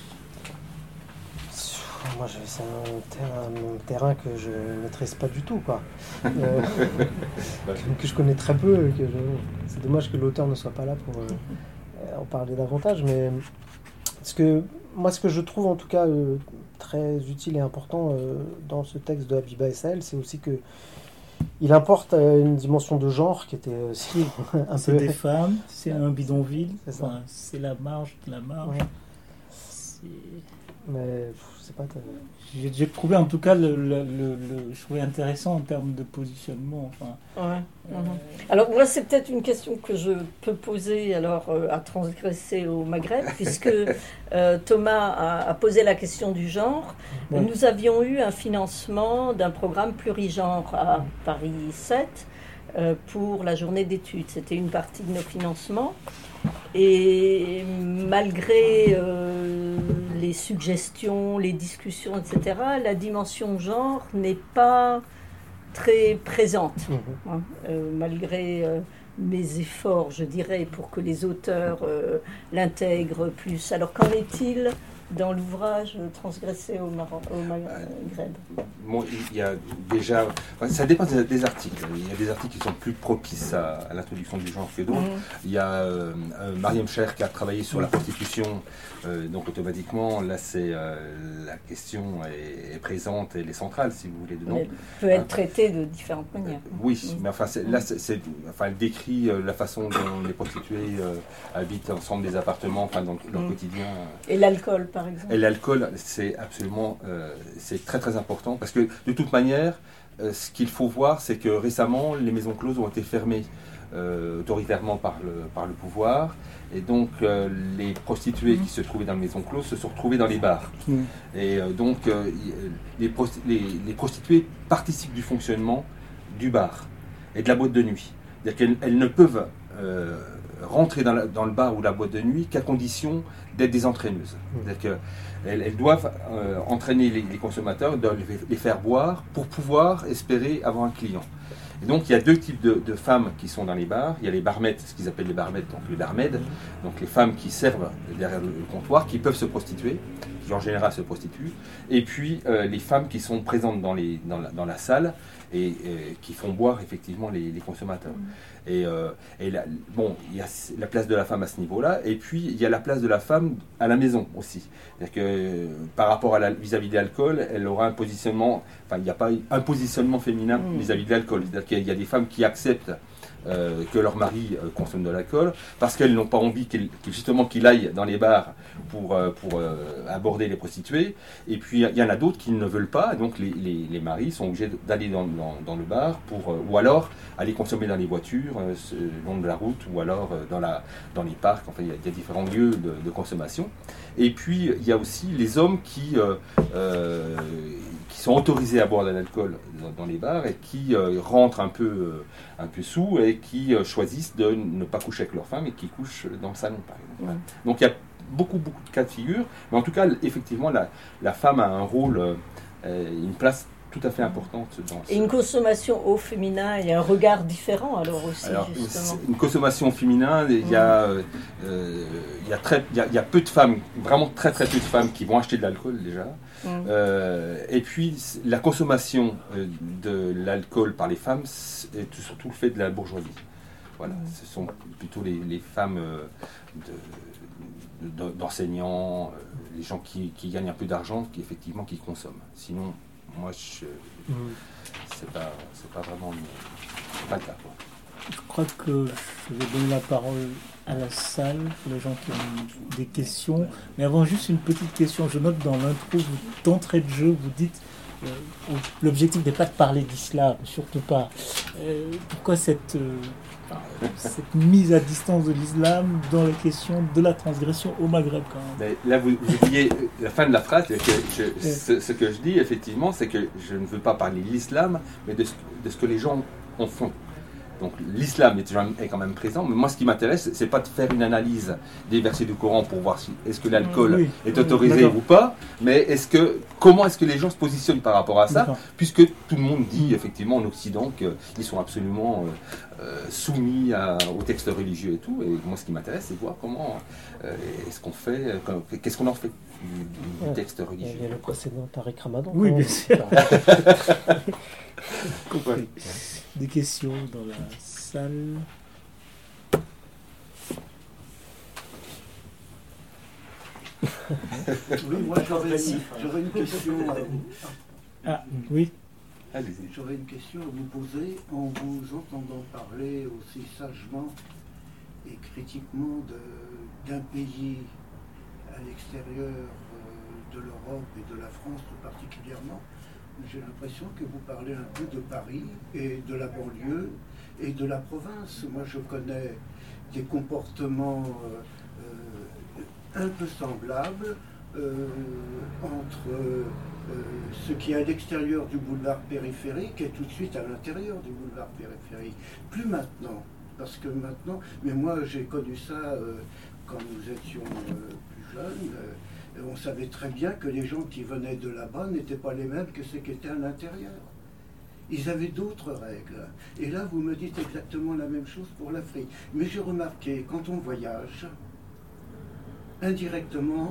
Moi, c'est un terrain que je ne maîtrise pas du tout, que je connais très peu. C'est dommage que l'auteur ne soit pas là pour en parler davantage, mais ce que je trouve en tout cas très utile et important dans ce texte de Habiba Essaël, c'est aussi que il importe une dimension de genre qui était aussi c'est des femmes, c'est un bidonville, c'est la marge de la marge. Mais sais pas. J'ai trouvé en tout cas je trouvais intéressant en termes de positionnement. Enfin, Alors moi c'est peut-être une question que je peux poser alors à Transgresser au Maghreb, puisque Thomas a posé la question du genre. Ouais. Nous avions eu un financement d'un programme plurigenre à Paris 7 pour la journée d'études. C'était une partie de nos financements. Et malgré les suggestions, les discussions, etc., la dimension genre n'est pas très présente. Malgré mes efforts, je dirais, pour que les auteurs l'intègrent plus. Alors qu'en est-il dans l'ouvrage Transgresser au Maghreb? Bon, il y a déjà... Ça dépend des articles. Il y a des articles qui sont plus propices à l'introduction du genre que d'autres. Il y a Mariam Cher qui a travaillé sur la prostitution. Donc automatiquement, là, c'est la question est présente, elle est centrale, si vous voulez, dedans. Elle peut être traitée de différentes manières. Oui, mais enfin, là, elle décrit la façon dont les prostituées habitent ensemble des appartements, enfin, dans leur quotidien. Et l'alcool, par exemple. Et l'alcool, c'est absolument, c'est très très important, parce que de toute manière, ce qu'il faut voir, c'est que récemment, les maisons closes ont été fermées autoritairement par le pouvoir, et donc les prostituées qui se trouvaient dans les maisons closes se sont retrouvées dans les bars. Et donc les prostituées participent du fonctionnement du bar et de la boîte de nuit. C'est-à-dire qu'elles ne peuvent rentrer dans le bar ou la boîte de nuit qu'à condition d'être des entraîneuses. C'est-à-dire qu'elles doivent entraîner les consommateurs, doivent les faire boire pour pouvoir espérer avoir un client. Et donc il y a deux types de femmes qui sont dans les bars. Il y a les barmaids, ce qu'ils appellent les barmaids, donc les barmaids, donc les femmes qui servent derrière le comptoir, qui peuvent se prostituer, qui en général se prostituent. Et puis les femmes qui sont présentes dans la salle et qui font boire effectivement les consommateurs. Et bon, il y a la place de la femme à ce niveau-là, et puis il y a la place de la femme à la maison aussi. C'est-à-dire que par rapport vis-à-vis de l'alcool, elle aura un positionnement, enfin il n'y a pas un positionnement féminin vis-à-vis de l'alcool. C'est-à-dire qu'il y a des femmes qui acceptent que leur mari consomme de l'alcool parce qu'elles n'ont pas envie qu'il aille dans les bars pour aborder les prostituées, et puis il y en a d'autres qui ne veulent pas, donc les maris sont obligés d'aller dans le bar ou alors aller consommer dans les voitures le long de la route, ou alors dans les parcs. Enfin il y a différents lieux de consommation. Et puis il y a aussi les hommes qui sont autorisés à boire de l'alcool dans les bars et qui rentrent un peu sous et qui choisissent de ne pas coucher avec leur femme et qui couchent dans le salon, par exemple. Donc il y a beaucoup de cas de figure, mais en tout cas effectivement la femme a un rôle, une place tout à fait importante dans et une consommation au féminin et un regard différent alors aussi. Alors, justement une consommation féminin, il y a peu de femmes, vraiment très très peu de femmes qui vont acheter de l'alcool déjà. Et puis la consommation de l'alcool par les femmes est surtout le fait de la bourgeoisie. Voilà, ce sont plutôt les femmes d'enseignants, les gens qui gagnent un peu d'argent, qui consomment. Sinon, moi, c'est pas vraiment pas le cas, quoi. Je crois que je vais donner la parole à la salle pour les gens qui ont des questions. Mais avant, juste une petite question. Je note dans l'intro, d'entrée de jeu, vous dites l'objectif n'est pas de parler d'islam, surtout pas. Pourquoi cette mise à distance de l'islam dans la question de la transgression au Maghreb, quand même? Mais là, vous oubliez la fin de la phrase. Ce que je dis, effectivement, c'est que je ne veux pas parler de l'islam, mais de ce que les gens en font. Donc l'islam est quand même présent, mais moi ce qui m'intéresse, c'est pas de faire une analyse des versets du Coran pour voir si est-ce que l'alcool est autorisé ou pas, mais comment est-ce que les gens se positionnent par rapport à ça, puisque tout le monde dit effectivement en Occident qu'ils sont absolument soumis aux textes religieux et tout. Et moi ce qui m'intéresse, c'est de voir comment est-ce qu'on fait, qu'est-ce qu'on en fait du texte religieux. Il y a le précédent Tariq Ramadan. Oui, bien sûr. Des questions dans la salle? Oui, moi j'aurais une question à vous. Ah, oui. Allez-y. J'aurais une question à vous poser en vous entendant parler aussi sagement et critiquement d'un pays à l'extérieur de l'Europe et de la France tout particulièrement, j'ai l'impression que vous parlez un peu de Paris et de la banlieue et de la province. Moi, je connais des comportements un peu semblables entre ce qui est à l'extérieur du boulevard périphérique et tout de suite à l'intérieur du boulevard périphérique. Plus maintenant, parce que maintenant, mais moi j'ai connu ça quand nous étions plus jeunes, on savait très bien que les gens qui venaient de là-bas n'étaient pas les mêmes que ceux qui étaient à l'intérieur. Ils avaient d'autres règles. Et là, vous me dites exactement la même chose pour l'Afrique. Mais j'ai remarqué, quand on voyage, indirectement,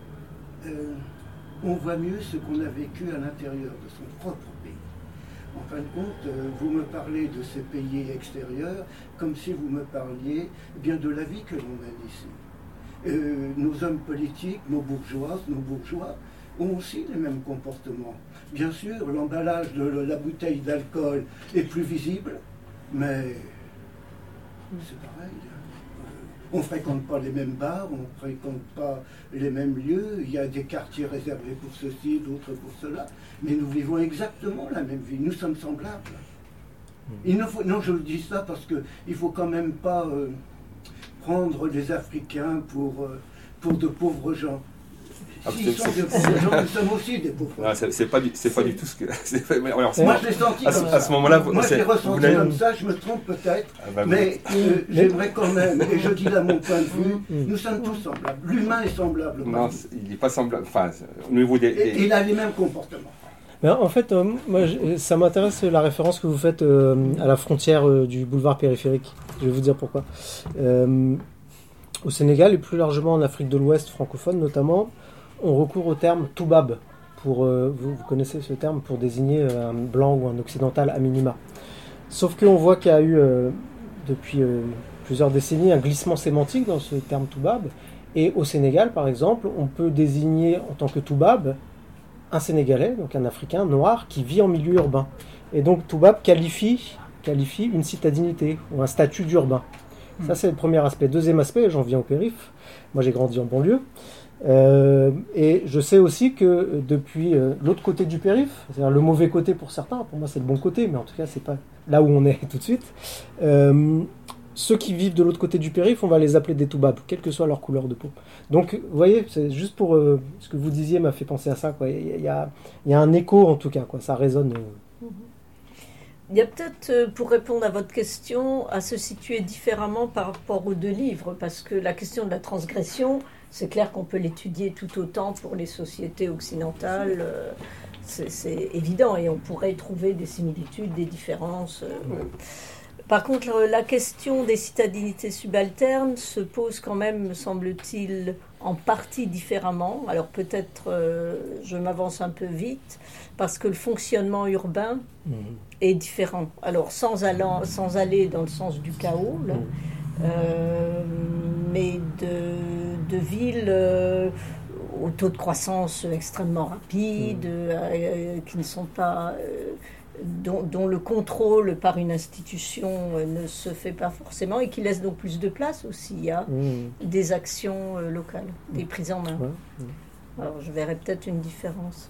on voit mieux ce qu'on a vécu à l'intérieur de son propre pays. En fin de compte, vous me parlez de ces pays extérieurs comme si vous me parliez bien de la vie que l'on mène ici. Nos hommes politiques, nos bourgeois ont aussi les mêmes comportements. Bien sûr, l'emballage de la bouteille d'alcool est plus visible, mais c'est pareil. On ne fréquente pas les mêmes bars, on ne fréquente pas les mêmes lieux, il y a des quartiers réservés pour ceci, d'autres pour cela, mais nous vivons exactement la même vie, nous sommes semblables. Non, je le dis ça parce qu'il ne faut quand même pas prendre les Africains pour de pauvres gens. S'ils sont des pauvres gens, nous sommes aussi des pauvres gens. C'est pas du tout ce que... Alors, moi, je l'ai senti comme ça. À ce moment-là, moi, je l'ai ressenti comme ça, je me trompe peut-être, mais j'aimerais quand même, et je dis là mon point de vue, nous sommes tous semblables. L'humain est semblable. Non, il n'est pas semblable. Enfin, au niveau des... Il a les mêmes comportements. Mais en fait, moi, ça m'intéresse la référence que vous faites à la frontière du boulevard périphérique. Je vais vous dire pourquoi. Au Sénégal et plus largement en Afrique de l'Ouest francophone notamment, on recourt au terme toubab. Vous connaissez ce terme pour désigner un blanc ou un occidental à minima. Sauf qu'on voit qu'il y a eu depuis plusieurs décennies un glissement sémantique dans ce terme toubab. Et au Sénégal, par exemple, on peut désigner en tant que toubab un Sénégalais, donc un Africain noir qui vit en milieu urbain. Et donc toubab qualifie une citadinité ou un statut d'urbain. Ça, c'est le premier aspect. Deuxième aspect, j'en viens au périph'. Moi, j'ai grandi en banlieue. Et je sais aussi que depuis l'autre côté du périph', c'est-à-dire le mauvais côté pour certains, pour moi c'est le bon côté, mais en tout cas c'est pas là où on est tout de suite, ceux qui vivent de l'autre côté du périph', on va les appeler des toubabs, quelle que soit leur couleur de peau. Donc vous voyez, c'est juste pour ce que vous disiez m'a fait penser à ça, quoi. Il y a un écho en tout cas, quoi. Ça résonne. Il y a peut-être, pour répondre à votre question, à se situer différemment par rapport aux deux livres, parce que la question de la transgression, c'est clair qu'on peut l'étudier tout autant pour les sociétés occidentales, c'est évident, et on pourrait trouver des similitudes, des différences. Par contre, la question des citadinités subalternes se pose quand même, me semble-t-il, en partie différemment. Alors peut-être, je m'avance un peu vite, parce que le fonctionnement urbain est différent. Alors sans aller dans le sens du chaos, là, mais de villes au taux de croissance extrêmement rapide, qui ne sont pas... dont le contrôle par une institution ne se fait pas forcément et qui laisse donc plus de place aussi à des actions locales, des prises en main. Alors je verrais peut-être une différence.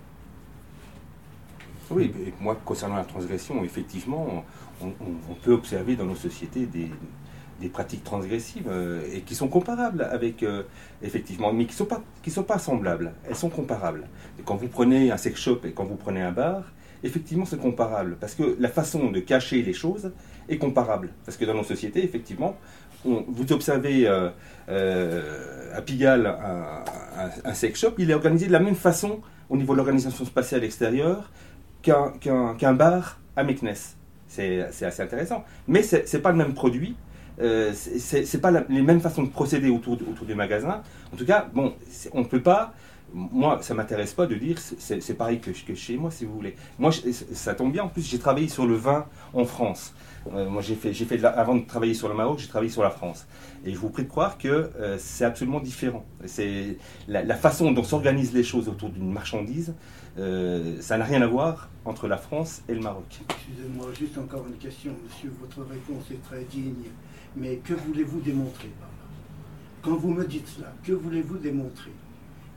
Oui, et moi concernant la transgression, effectivement, on peut observer dans nos sociétés des pratiques transgressives et qui sont comparables avec, effectivement, mais qui sont pas semblables, elles sont comparables. Et quand vous prenez un sex shop et quand vous prenez un bar, effectivement, c'est comparable, parce que la façon de cacher les choses est comparable. Parce que dans nos sociétés, effectivement, vous observez à Pigalle un sex shop, il est organisé de la même façon au niveau de l'organisation spatiale extérieure qu'un bar à Meknes. C'est assez intéressant. Mais ce n'est pas le même produit, c'est pas les mêmes façons de procéder autour du magasin. En tout cas, bon, on ne peut pas... Moi, ça ne m'intéresse pas de dire c'est pareil que chez moi, si vous voulez. Moi, ça tombe bien. En plus, j'ai travaillé sur le vin en France. Moi, avant de travailler sur le Maroc, j'ai travaillé sur la France. Et je vous prie de croire que c'est absolument différent. C'est la façon dont s'organisent les choses autour d'une marchandise. Ça n'a rien à voir entre la France et le Maroc. Excusez-moi, juste encore une question, monsieur. Votre réponse est très digne. Mais que voulez-vous démontrer par là? Quand vous me dites cela, que voulez-vous démontrer?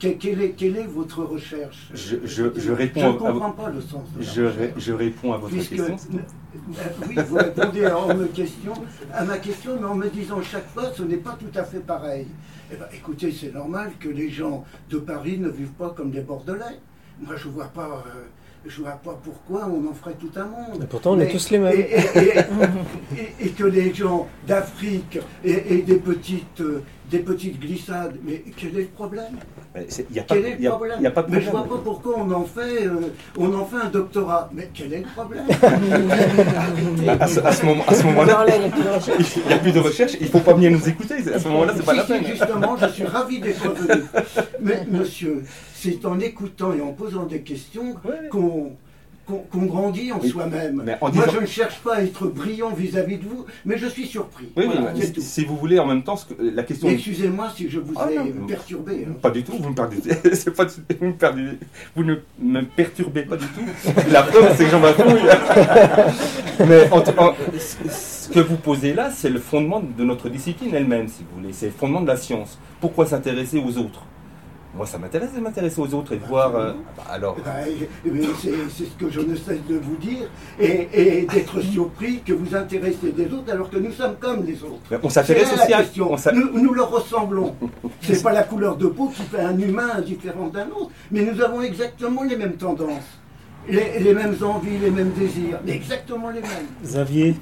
Quelle est votre recherche? Je réponds. Je ne comprends pas le sens de la je réponds à votre question. Oui, vous répondez à ma question, mais en me disant chaque fois, ce n'est pas tout à fait pareil. Eh ben, écoutez, c'est normal que les gens de Paris ne vivent pas comme des Bordelais. Moi, je ne vois pas pourquoi on en ferait tout un monde. Et pourtant, on est tous les mêmes. Et que les gens d'Afrique et des petites glissades, mais quel est le problème? Il n'y a pas de problème. Mais je ne vois pas pourquoi on en fait un doctorat. Mais quel est le problème? À ce moment-là, il n'y a plus de recherche. Il ne faut pas venir nous écouter. À ce moment-là, c'est pas la peine. Justement, je suis ravi d'être venu. Mais monsieur, c'est en écoutant et en posant des questions qu'on grandit en soi-même. Moi, je ne cherche pas à être brillant vis-à-vis de vous, mais je suis surpris. Oui, voilà, si vous voulez, en même temps, la question... Excusez-moi si je vous ai perturbé. Pas du tout, vous ne me perturbez pas du tout. La preuve, c'est que j'en bafouille. Mais ce que vous posez là, c'est le fondement de notre discipline elle-même, si vous voulez. C'est le fondement de la science. Pourquoi s'intéresser aux autres? Moi, ça m'intéresse de m'intéresser aux autres et de voir... c'est ce que je ne cesse de vous dire, et d'être surpris que vous intéressez des autres alors que nous sommes comme les autres. On s'intéresse aussi à... Nous leur ressemblons. C'est pas la couleur de peau qui fait un humain différent d'un autre, mais nous avons exactement les mêmes tendances, les mêmes envies, les mêmes désirs, mais exactement les mêmes. Xavier?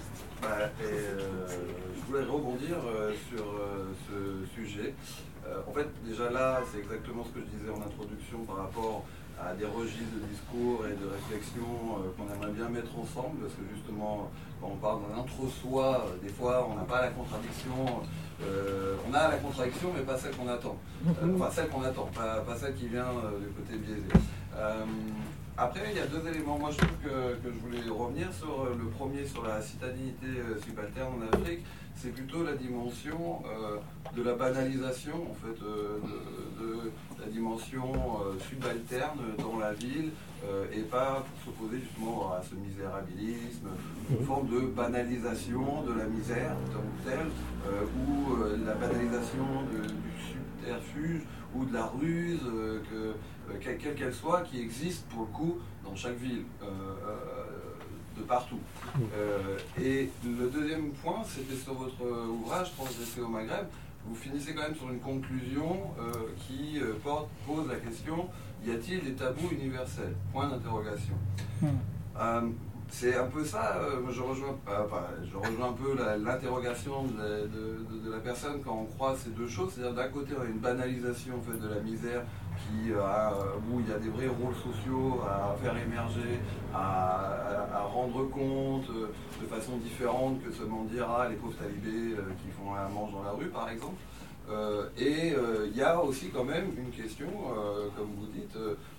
Je voulais rebondir sur ce sujet. En fait, déjà là, c'est exactement ce que je disais en introduction par rapport à des registres de discours et de réflexion qu'on aimerait bien mettre ensemble, parce que justement, quand on parle d'un entre-soi, des fois, on n'a pas la contradiction, on a la contradiction, mais pas celle qu'on attend. Enfin, celle qu'on attend, pas celle qui vient du côté biaisé. Après, il y a deux éléments. Moi, je trouve que je voulais revenir sur le premier, sur la citadinité subalterne en Afrique. C'est plutôt la dimension de la banalisation, en fait, de la dimension subalterne dans la ville, et pas pour s'opposer justement à ce misérabilisme, une forme de banalisation de la misère en tant que telle, ou la banalisation du subterfuge ou de la ruse, quelle qu'elle soit, qui existe pour le coup dans chaque ville. De partout. Et le deuxième point, c'était sur votre ouvrage Transgresser au Maghreb. Vous finissez quand même sur une conclusion qui pose la question: y a-t-il des tabous universels? Point d'interrogation. C'est un peu ça, je rejoins un peu l'interrogation de la personne quand on croise ces deux choses. C'est-à-dire, d'un côté, on a une banalisation en fait, de la misère où il y a des vrais rôles sociaux à faire émerger, à rendre compte de façon différente que seulement dire les pauvres talibés qui font un manche dans la rue, par exemple. Et il y a aussi quand même une question, comme vous dites,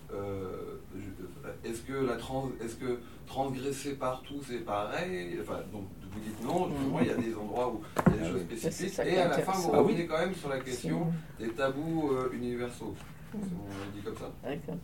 est-ce que transgresser partout c'est pareil? Enfin, donc vous dites non, il y a des endroits où il y a des choses spécifiques, et à la fin vous revenez quand même sur la question des tabous universaux. On dit comme ça.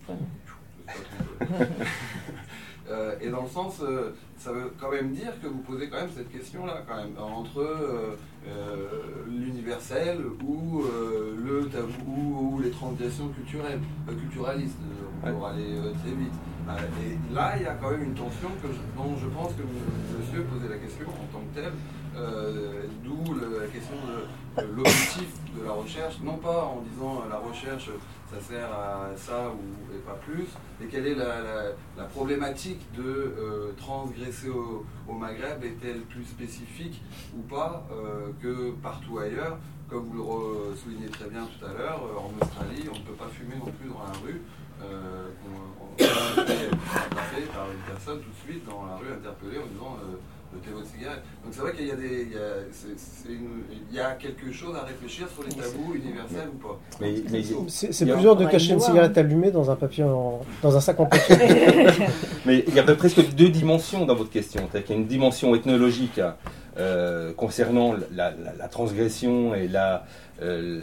Et dans le sens, ça veut quand même dire que vous posez quand même cette question-là, quand même, entre l'universel ou le tabou ou les transgressions culturalistes. On pourra aller très vite. Et là, il y a quand même une tension dont je pense que monsieur posait la question en tant que tel, d'où la question de l'objectif de la recherche, non pas en disant la recherche ça sert à ça et pas plus, et quelle est la problématique de transgresser au Maghreb, est-elle plus spécifique ou pas que partout ailleurs? Comme vous le soulignez très bien tout à l'heure, en Australie, on ne peut pas fumer non plus dans la rue. On est fait par une personne tout de suite dans la rue interpellée en disant jetez votre cigarette. Donc c'est vrai qu'il y a quelque chose à réfléchir sur les tabous universels ou pas. C'est plus dur de cacher une cigarette allumée dans un papier dans un sac en papier. Mais il y avait presque deux dimensions dans votre question. Il y a une dimension ethnologique concernant la transgression et le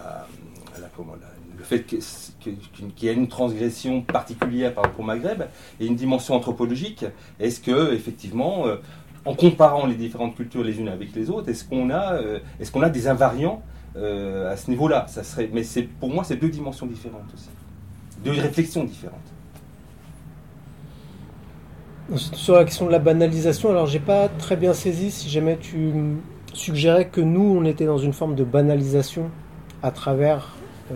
fait qu'il y ait une transgression particulière par rapport au Maghreb, et une dimension anthropologique. Est-ce que effectivement, en comparant les différentes cultures les unes avec les autres, est-ce qu'on a des invariants à ce niveau-là. Mais pour moi, c'est deux dimensions différentes aussi. Deux réflexions différentes. Sur la question de la banalisation, alors j'ai pas très bien saisi si jamais tu suggérais que nous, on était dans une forme de banalisation à travers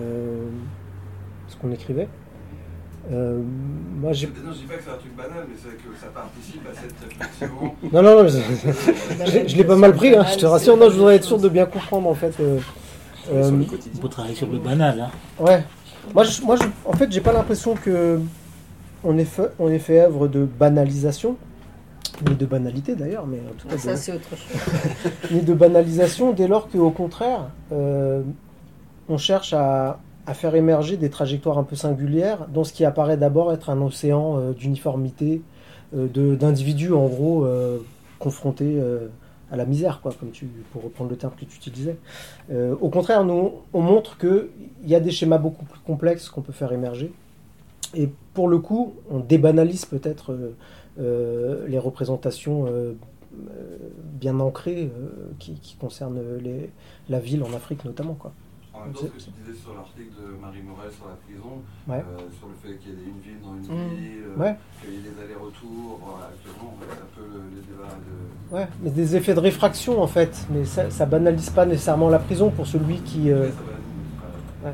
ce qu'on écrivait. Moi, je dis pas que c'est un truc banal, mais c'est que ça participe à cette réflexion. Non, je l'ai pas mal pris, hein, je te rassure. Non, je voudrais être sûr de bien comprendre en fait. On peut travailler sur le banal. Hein. Ouais. Moi, en fait, j'ai pas l'impression que on ait fait œuvre de banalisation, ni de banalité d'ailleurs, mais en tout cas. Ça, c'est autre chose. Ni de banalisation, dès lors qu'au contraire, on cherche à faire émerger des trajectoires un peu singulières dans ce qui apparaît d'abord être un océan d'uniformité, d'individus en gros confrontés à la misère, quoi, pour reprendre le terme que tu utilisais. Au contraire, nous, on montre qu'il y a des schémas beaucoup plus complexes qu'on peut faire émerger. Et pour le coup, on débanalise peut-être les représentations bien ancrées qui concernent la ville en Afrique notamment, quoi. En même temps, ce que tu disais sur l'article de Marie Morel sur la prison, sur le fait qu'il y ait une ville dans une ville, qu'il y ait des allers-retours, actuellement, c'est un peu les débats de... Ouais, mais des effets de réfraction en fait, mais ça banalise pas nécessairement la prison pour celui qui... ça banalise.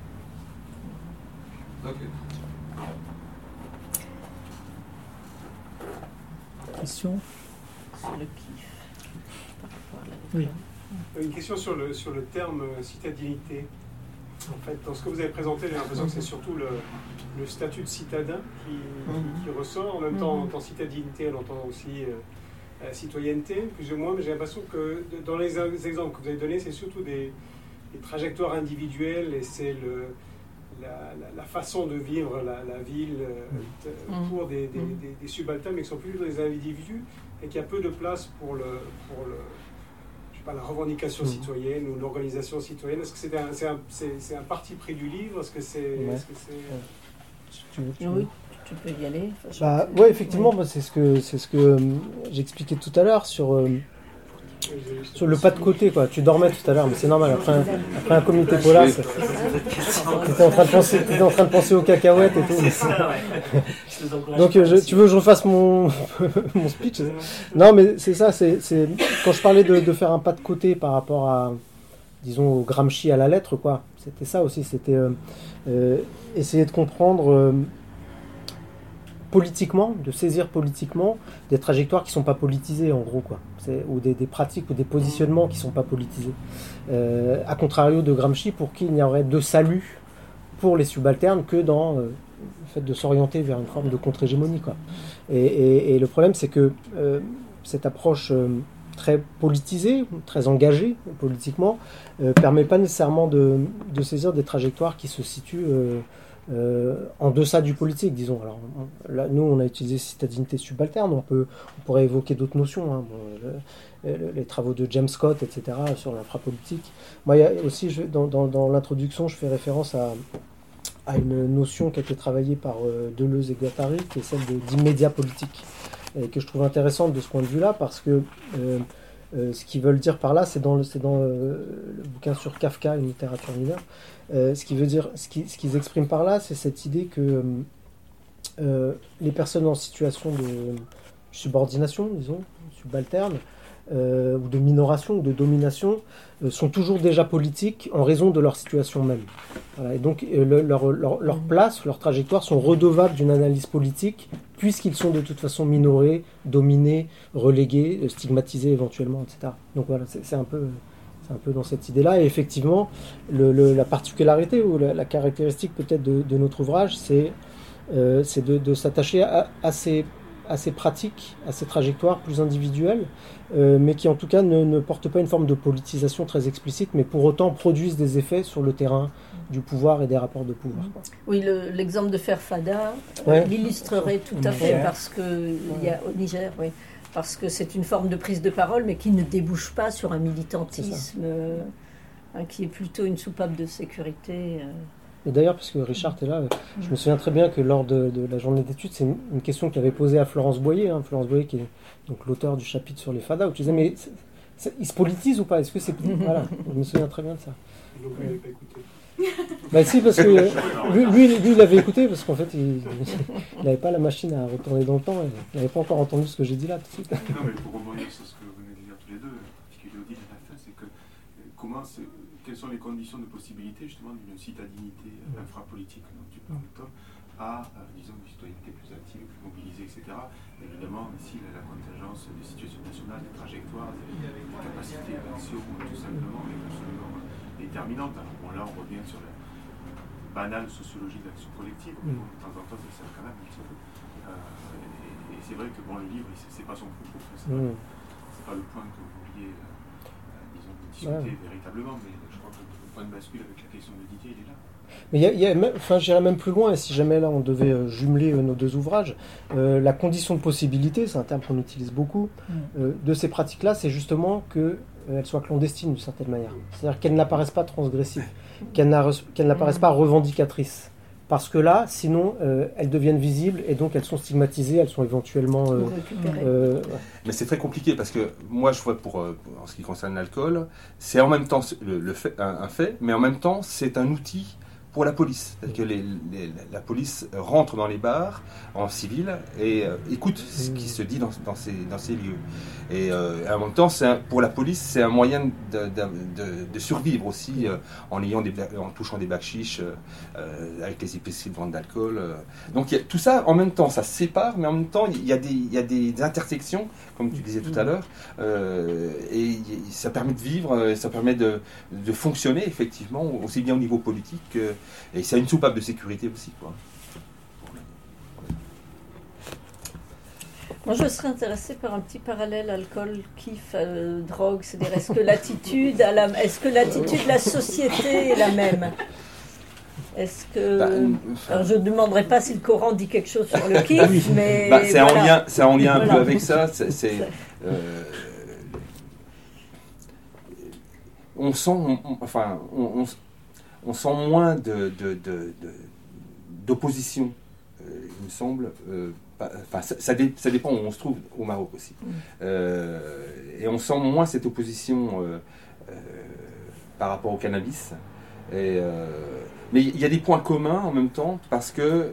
Ok. Question sur le kiff. Oui. Une question sur le terme citadinité. En fait, dans ce que vous avez présenté, j'ai l'impression que c'est surtout le statut de citadin qui ressort. En même temps, dans citadinité, on entend aussi citoyenneté, plus ou moins, mais j'ai l'impression que dans les exemples que vous avez donnés, c'est surtout des trajectoires individuelles et c'est la façon de vivre la ville pour des subalternes, mais qui sont plus des individus et qu'il y a peu de place pour la revendication citoyenne ou l'organisation citoyenne. Est-ce que c'est un parti pris du livre? Est-ce que c'est... Oui, tu peux y aller. Oui, effectivement, c'est ce que j'expliquais tout à l'heure sur le pas de côté, quoi. Tu dormais tout à l'heure, mais c'est normal. Après un comité polar, tu étais en train de penser aux cacahuètes et tout. Donc, tu veux que je refasse mon speech? Non, mais c'est ça. C'est quand je parlais de faire un pas de côté par rapport à, disons, au Gramsci à la lettre, quoi. C'était ça aussi. C'était essayer de comprendre politiquement, de saisir politiquement des trajectoires qui ne sont pas politisées, en gros, quoi. Ou des pratiques ou des positionnements qui ne sont pas politisés. À contrario de Gramsci, pour qui il n'y aurait de salut pour les subalternes que dans le fait de s'orienter vers une forme de contre-hégémonie, quoi. Et le problème, c'est que cette approche très politisée, très engagée politiquement, permet pas nécessairement de saisir des trajectoires qui se situent en deçà du politique, disons. Alors, là, nous, on a utilisé citadinité subalterne, on pourrait évoquer d'autres notions, hein. Les travaux de James Scott, etc., sur l'infrapolitique. Moi, il y a aussi, dans l'introduction, je fais référence à une notion qui a été travaillée par Deleuze et Guattari, qui est celle d'immédiat politique, et que je trouve intéressante de ce point de vue-là, parce que ce qu'ils veulent dire par là, c'est dans le bouquin sur Kafka, une littérature mineure. Ce qu'ils expriment par là, c'est cette idée que les personnes en situation de subordination, disons, subalterne, ou de minoration ou de domination, sont toujours déjà politiques en raison de leur situation même. Voilà, et donc leur place, leur trajectoire sont redevables d'une analyse politique, puisqu'ils sont de toute façon minorés, dominés, relégués, stigmatisés éventuellement, etc. Donc voilà, c'est un peu dans cette idée-là. Et effectivement, la particularité ou la caractéristique peut-être de notre ouvrage, c'est de s'attacher à ces pratiques, à ces trajectoires plus individuelles, mais qui en tout cas ne portent pas une forme de politisation très explicite, mais pour autant produisent des effets sur le terrain du pouvoir et des rapports de pouvoir, quoi. Oui, l'exemple de Ferfada l'illustrerait tout à fait, parce que il y a au Niger, oui, parce que c'est une forme de prise de parole, mais qui ne débouche pas sur un militantisme qui est plutôt une soupape de sécurité. Et d'ailleurs, parce que Richard est là, je me souviens très bien que lors de la journée d'études, c'est une question qu'il avait posée à Florence Boyer, Florence Boyer qui est donc l'auteur du chapitre sur les fadas, où tu disais, mais il se politise ou pas? Est-ce que c'est... Voilà, je me souviens très bien de ça. Donc vous n'avez pas écouté. Bah si, parce que lui il avait écouté, parce qu'en fait il n'avait pas la machine à retourner dans le temps, il n'avait pas encore entendu ce que j'ai dit là tout de suite. Non, mais pour rebondir sur ce que vous venez de dire tous les deux, ce que Elodie a fait, c'est que quelles sont les conditions de possibilité justement d'une citadinité infrapolitique dont tu parles, Tom, à, disons, une citoyenneté plus active, plus mobilisée, etc. Évidemment, ici, la contingence des situations nationales, des trajectoires, des capacités d'action, tout simplement, est absolument déterminante. Alors bon, là, on revient sur la banale sociologie de l'action collective. De temps en temps, ça sert quand même un petit peu. Et c'est vrai que bon, le livre, c'est pas son propos. C'est pas le point que vous vouliez, disons, discuter véritablement. Mais je crois que le point de bascule avec la question de Didier, il est là. Mais j'irais même plus loin, et si jamais là on devait jumeler nos deux ouvrages, la condition de possibilité, c'est un terme qu'on utilise beaucoup, de ces pratiques-là, c'est justement qu'elles soient clandestines d'une certaine manière. C'est-à-dire qu'elles n'apparaissent pas transgressives, qu'elles n'apparaissent pas revendicatrices. Parce que là, sinon, elles deviennent visibles et donc elles sont stigmatisées, elles sont éventuellement... Mais c'est très compliqué parce que moi, je vois en ce qui concerne l'alcool, c'est en même temps un fait, mais en même temps, c'est un outil pour la police. C'est-à-dire que la police rentre dans les bars en civil et écoute ce qui se dit dans ces lieux. Et en même temps, pour la police, c'est un moyen de survivre aussi en touchant des bacs chiches avec les épiceries de vente d'alcool. Donc tout ça, en même temps, ça se sépare, mais en même temps, il y a des intersections, comme tu disais tout à l'heure, et ça permet de vivre, ça permet de fonctionner, effectivement, aussi bien au niveau politique et c'est une soupape de sécurité aussi, quoi. Moi, je serais intéressée par un petit parallèle alcool, kiff, drogue. C'est-à-dire, est-ce que l'attitude de la société est la même? Est-ce que... alors, je ne demanderai pas si le Coran dit quelque chose sur le kiff, mais... c'est en lien un peu avec ça. On sent... on sent moins d'opposition, il me semble. Ça dépend où on se trouve au Maroc aussi. Et on sent moins cette opposition par rapport au cannabis. Mais il y a des points communs en même temps parce que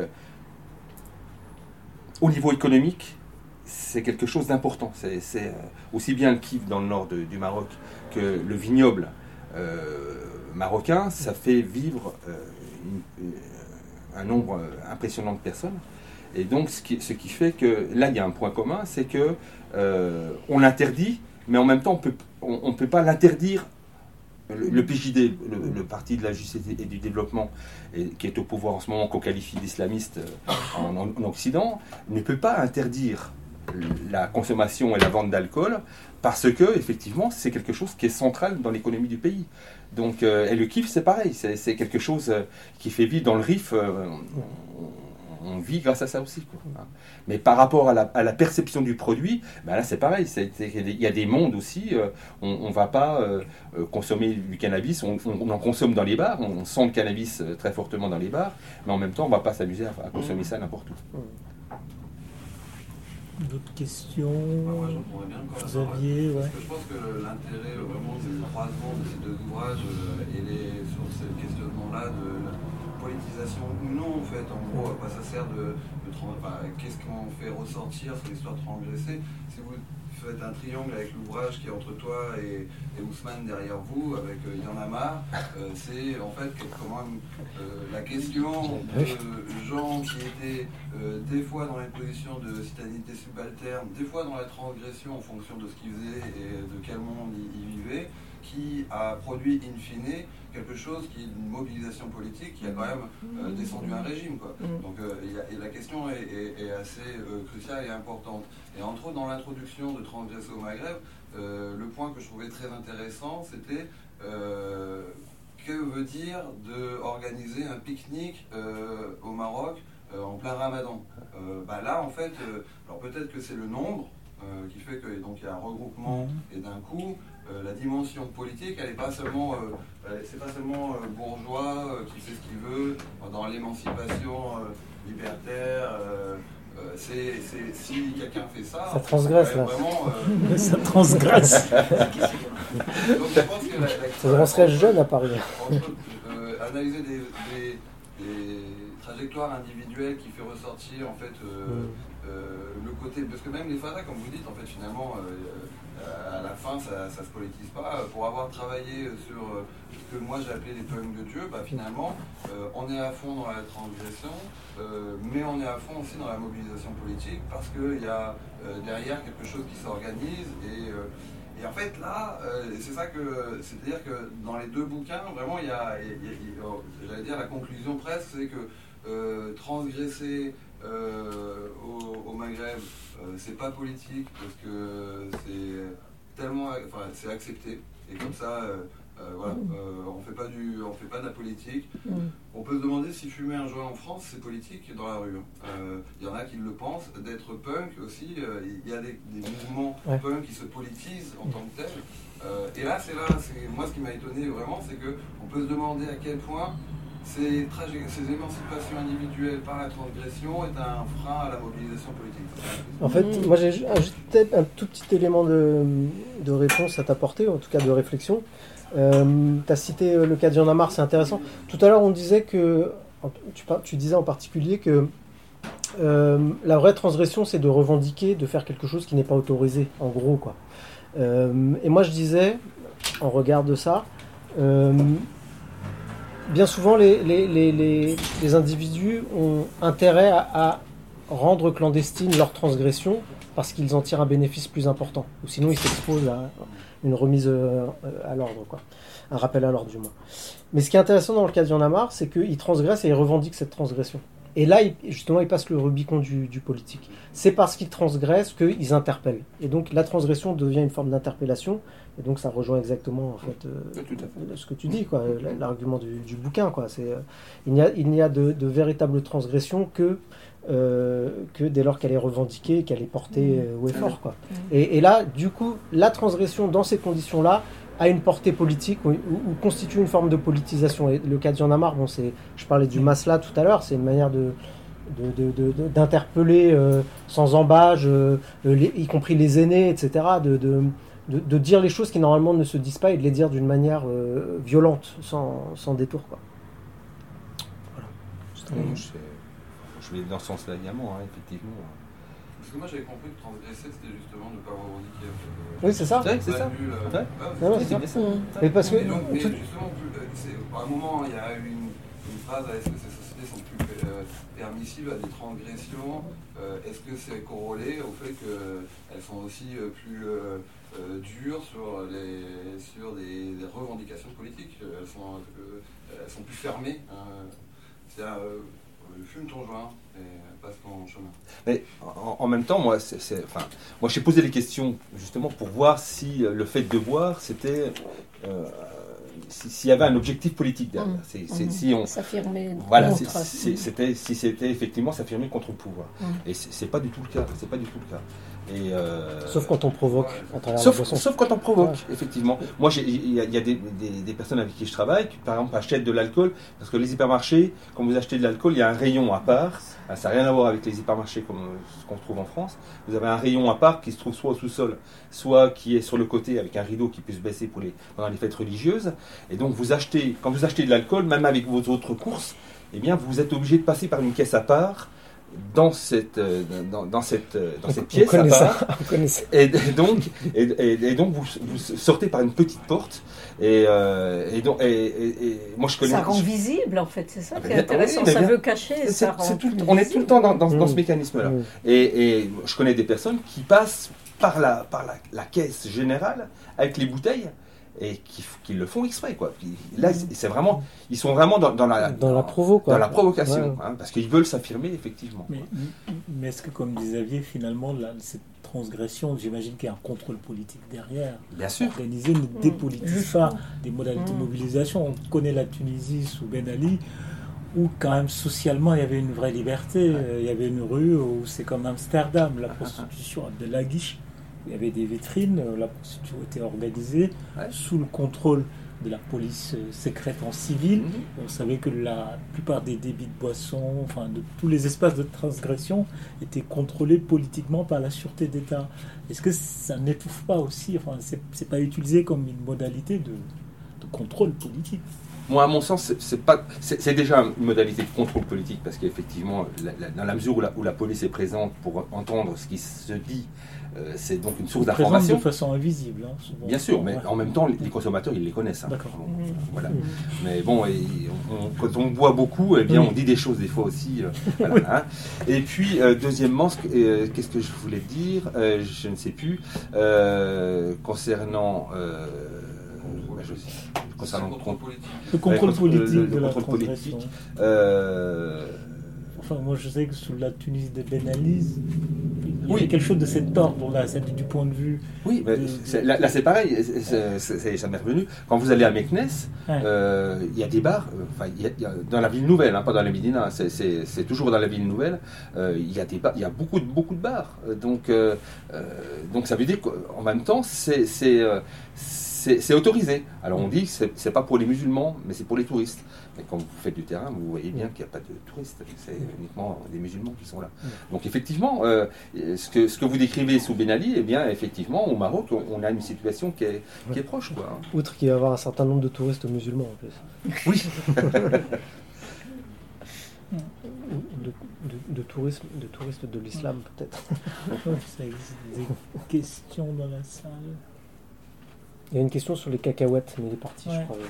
au niveau économique, c'est quelque chose d'important. C'est aussi bien le kiff dans le nord du Maroc que le vignoble marocain, ça fait vivre un nombre impressionnant de personnes. Et donc, ce qui fait que là, il y a un point commun, c'est que on l'interdit, mais en même temps, on peut pas l'interdire. Le PJD, le Parti de la Justice et du Développement, qui est au pouvoir en ce moment, qu'on qualifie d'islamiste en Occident, ne peut pas interdire la consommation et la vente d'alcool parce que, effectivement, c'est quelque chose qui est central dans l'économie du pays. Donc, et le kiff, c'est pareil, c'est quelque chose qui fait vivre dans le Rif. On vit grâce à ça aussi, quoi. Mais par rapport à la perception du produit, là c'est pareil. Il y a des mondes aussi. On ne va pas consommer du cannabis. On en consomme dans les bars. On sent le cannabis très fortement dans les bars. Mais en même temps, on ne va pas s'amuser à consommer ça n'importe où. D'autres questions? Moi, j'en pourrais bien encore Xavier, parce que je pense que l'intérêt vraiment de ces croisements de ces deux ouvrages sur ce questionnement-là de politisation ou non, en fait, en gros, à quoi ça sert qu'est-ce qu'on fait ressortir sur l'histoire transgressée. Si vous faites un triangle avec l'ouvrage qui est entre toi et Ousmane derrière vous, avec Y en a marre, c'est en fait la question de gens qui étaient des fois dans une position de citadinité subalterne, des fois dans la transgression en fonction de ce qu'ils faisaient et de quel monde ils vivaient, qui a produit in fine quelque chose qui est une mobilisation politique qui a quand même descendu un régime, quoi. Donc la question est assez cruciale et importante. Et entre autres, dans l'introduction de Transgresser au Maghreb, le point que je trouvais très intéressant, c'était que veut dire d'organiser un pique-nique au Maroc en plein Ramadan. Là, en fait, alors peut-être que c'est le nombre qui fait que donc il y a un regroupement et d'un coup la dimension politique, elle n'est pas seulement, c'est pas seulement bourgeois qui fait ce qu'il veut dans l'émancipation libertaire si quelqu'un fait ça... Ça transgresse, là. Vraiment, ça transgresse. Donc je pense que on serait jeune à Paris. Analyser des trajectoires individuelles qui fait ressortir, en fait, le côté... Parce que même les fadas, comme vous dites, en fait, finalement... à la fin, ça se politise pas. Pour avoir travaillé sur ce que moi j'ai appelé les punks de Dieu, finalement, on est à fond dans la transgression, mais on est à fond aussi dans la mobilisation politique parce qu'il y a derrière quelque chose qui s'organise et en fait là, c'est ça que, c'est-à-dire que dans les deux bouquins, vraiment, il y a j'allais dire la conclusion presque, c'est que transgresser au Maghreb, c'est pas politique parce que c'est tellement, c'est accepté et comme ça, voilà, on fait pas de la politique. On peut se demander si fumer un joint en France c'est politique dans la rue. Il y en a qui le pensent. D'être punk aussi, il y a des mouvements punk qui se politisent en tant que tels. Et là, c'est moi ce qui m'a étonné vraiment, c'est que on peut se demander à quel point ces émancipations individuelles par la transgression est un frein à la mobilisation politique. En fait, moi j'ai ajouté un tout petit élément de réponse à t'apporter, en tout cas de réflexion. Tu as cité le cas d'Yann Amar, c'est intéressant. Tout à l'heure, on disait que, tu disais en particulier que la vraie transgression, c'est de revendiquer, de faire quelque chose qui n'est pas autorisé, en gros, quoi. Et moi, je disais, en regard de ça, bien souvent, les individus ont intérêt à rendre clandestine leur transgression parce qu'ils en tirent un bénéfice plus important. Ou sinon, ils s'exposent à une remise à l'ordre, quoi. Un rappel à l'ordre, du moins. Mais ce qui est intéressant dans le cas d'Yann Amar, c'est qu'ils transgressent et ils revendiquent cette transgression. Et là, justement, ils passent le Rubicon du politique. C'est parce qu'ils transgressent qu'ils interpellent. Et donc, la transgression devient une forme d'interpellation. Et donc, ça rejoint exactement, en fait, ce que tu dis, quoi, l'argument du bouquin, quoi. Il n'y a de véritable transgression que dès lors qu'elle est revendiquée, qu'elle est portée haut et fort, quoi. Et là, du coup, la transgression, dans ces conditions-là, a une portée politique ou constitue une forme de politisation. Et le cas de Yann Amar, je parlais du masla tout à l'heure, c'est une manière d'interpeller sans embâge, y compris les aînés, etc., de dire les choses qui normalement ne se disent pas et de les dire d'une manière violente, sans détour, quoi. Voilà. Je vais dans ce sens-là également, effectivement. Parce que moi j'avais compris que transgresser c'était justement ne pas revendiquer. Oui, c'est ça. C'est ça. C'est ça. Mais parce que. Mais justement, à un moment, il y a eu une phrase, est-ce que ces sociétés sont plus permissives à des transgressions? Est-ce que c'est corrélé au fait qu'elles sont aussi plus dures sur des revendications politiques? Elles sont plus fermées. C'est-à-dire, fume ton joint et passe ton chemin. Mais en même temps, moi, moi j'ai posé les questions justement pour voir si le fait de boire, c'était s'il y avait un objectif politique derrière. Si on s'affirmer. Voilà, si c'était effectivement s'affirmer contre le pouvoir. Et c'est pas du tout le cas. C'est pas du tout le cas. Et sauf quand on provoque. Sauf quand on provoque, effectivement. Moi, il y a des personnes avec qui je travaille qui, par exemple, achètent de l'alcool parce que les hypermarchés, quand vous achetez de l'alcool, il y a un rayon à part. Ça n'a rien à voir avec les hypermarchés comme ce qu'on trouve en France. Vous avez un rayon à part qui se trouve soit au sous-sol, soit qui est sur le côté avec un rideau qui peut se baisser pendant les fêtes religieuses. Et donc, quand vous achetez de l'alcool, même avec vos autres courses, eh bien, vous êtes obligé de passer par une caisse à part. Dans cette pièce à part, et donc vous sortez par une petite porte et moi je connais. Ça rend visible en fait, c'est ça qui est intéressant. Ça veut cacher. On est tout le temps dans ce mécanisme-là. Et je connais des personnes qui passent par la caisse générale avec les bouteilles. Et qui le font exprès, quoi. Là, c'est vraiment, ils sont vraiment dans la provo, quoi. Dans la provocation, parce qu'ils veulent s'affirmer effectivement. Mais est-ce que, comme disait Xavier, finalement, cette transgression, j'imagine qu'il y a un contrôle politique derrière. Bien sûr. Organisé ne dépolitise pas des modalités de mobilisation. On connaît la Tunisie sous Ben Ali, où quand même socialement il y avait une vraie liberté. Il y avait une rue où c'est comme Amsterdam, la prostitution de la guiche. Il y avait des vitrines, la prostitution était organisée sous le contrôle de la police secrète en civil. On savait que la plupart des débits de boissons, enfin de tous les espaces de transgression étaient contrôlés politiquement par la sûreté d'État. Est-ce que ça n'étouffe pas aussi, enfin c'est pas utilisé comme une modalité de contrôle politique? Moi, à mon sens, c'est déjà une modalité de contrôle politique, parce qu'effectivement, dans la mesure où la police est présente pour entendre ce qui se dit, c'est donc une source d'information. De façon invisible. Hein, souvent. Bien sûr, mais en même temps, les consommateurs, ils les connaissent. Hein. D'accord. Bon, voilà. Mais bon, quand on boit beaucoup, eh bien, on dit des choses des fois aussi. Voilà, hein. Et puis, deuxièmement, qu'est-ce que je voulais dire? Je ne sais plus. Concernant... concernant le contrôle politique. Le contrôle politique de la contrôle transgression. politique. Enfin, moi, je sais que sous la Tunis de Ben Ali, il y a quelque chose de cet ordre-là, du point de vue... Oui, là c'est pareil, ça m'est revenu. Quand vous allez à Meknès, il y a des bars, dans la ville nouvelle, hein, pas dans la Médina, c'est toujours dans la ville nouvelle, il y a des bars, il y a beaucoup de bars. Donc ça veut dire qu'en même temps, c'est autorisé. Alors on dit que c'est pas pour les musulmans, mais c'est pour les touristes. Mais quand vous faites du terrain, vous voyez bien qu'il n'y a pas de touristes, c'est uniquement des musulmans qui sont là. Donc effectivement, ce que vous décrivez sous Ben Ali, eh bien effectivement, au Maroc, on a une situation qui est proche, quoi. Outre qu'il va y avoir un certain nombre de touristes musulmans en plus. Oui. de touristes de l'islam peut-être. Ça existe des questions dans la salle. Il y a une question sur les cacahuètes, mais il est parti, je crois.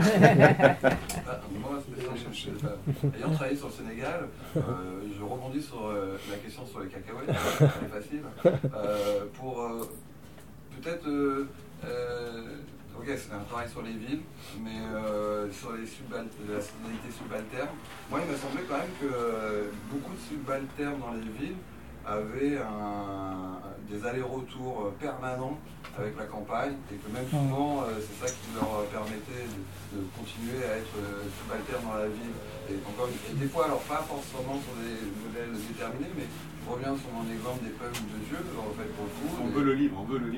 Moi, ayant travaillé sur le Sénégal, je rebondis sur la question sur les cacahuètes, c'est facile. Pour peut-être... ok, c'est un travail sur les villes, mais sur la citoyenneté subalterne. Moi, il m'a semblé quand même que beaucoup de subalternes dans les villes avaient des allers-retours permanents avec la campagne, et que même souvent c'est ça qui leur permettait de continuer à être subalternes dans la ville. Et des fois, alors pas forcément sur des modèles déterminés, mais je reviens sur mon exemple des peuples de Dieu, en fait, pour le coup. On veut le livre.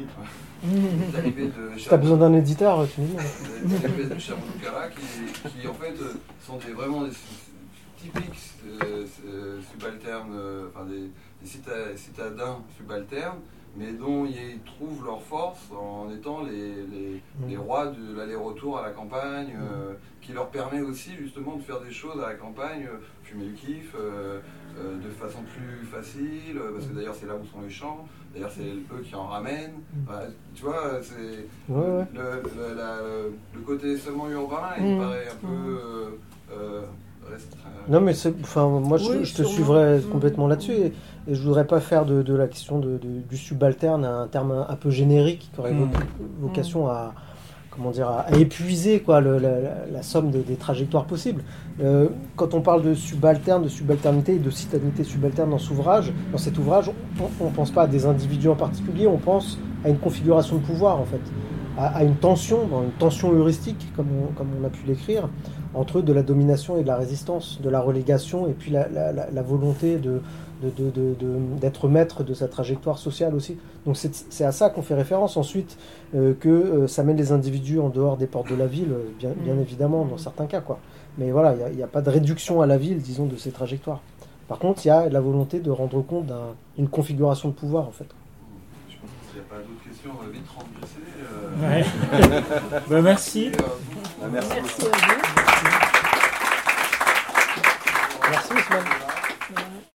Si t'as besoin d'un éditeur, tu me dis. Des arrivées de Chamounoukara qui en fait sont vraiment des typiques subalternes, enfin des citadins subalternes, mais dont ils trouvent leur force en étant les rois de l'aller-retour à la campagne, qui leur permet aussi justement de faire des choses à la campagne, fumer du kiff, de façon plus facile, parce que d'ailleurs c'est là où sont les champs, d'ailleurs c'est eux qui en ramènent. Tu vois, c'est le côté seulement urbain, il paraît un peu restreint. Non mais moi je te suivrais complètement là-dessus, et je voudrais pas faire de la question du subalterne un terme un peu générique qui aurait vocation à épuiser quoi, la somme des trajectoires possibles. Quand on parle de subalterne, de subalternité et de citadinité subalterne dans cet ouvrage, on ne pense pas à des individus en particulier, on pense à une configuration de pouvoir en fait, à une tension heuristique comme on a pu l'écrire, entre de la domination et de la résistance, de la relégation et puis la volonté d'être maître de sa trajectoire sociale aussi. Donc c'est à ça qu'on fait référence. Ensuite, que ça mène les individus en dehors des portes de la ville, bien évidemment, dans certains cas, quoi. Mais voilà, il n'y a pas de réduction à la ville, disons, de ces trajectoires. Par contre, il y a la volonté de rendre compte d'une configuration de pouvoir, en fait. Je pense qu'il n'y a pas d'autres questions, on va vite remplacer. Merci. Merci. Merci à vous. Merci, Ousmane.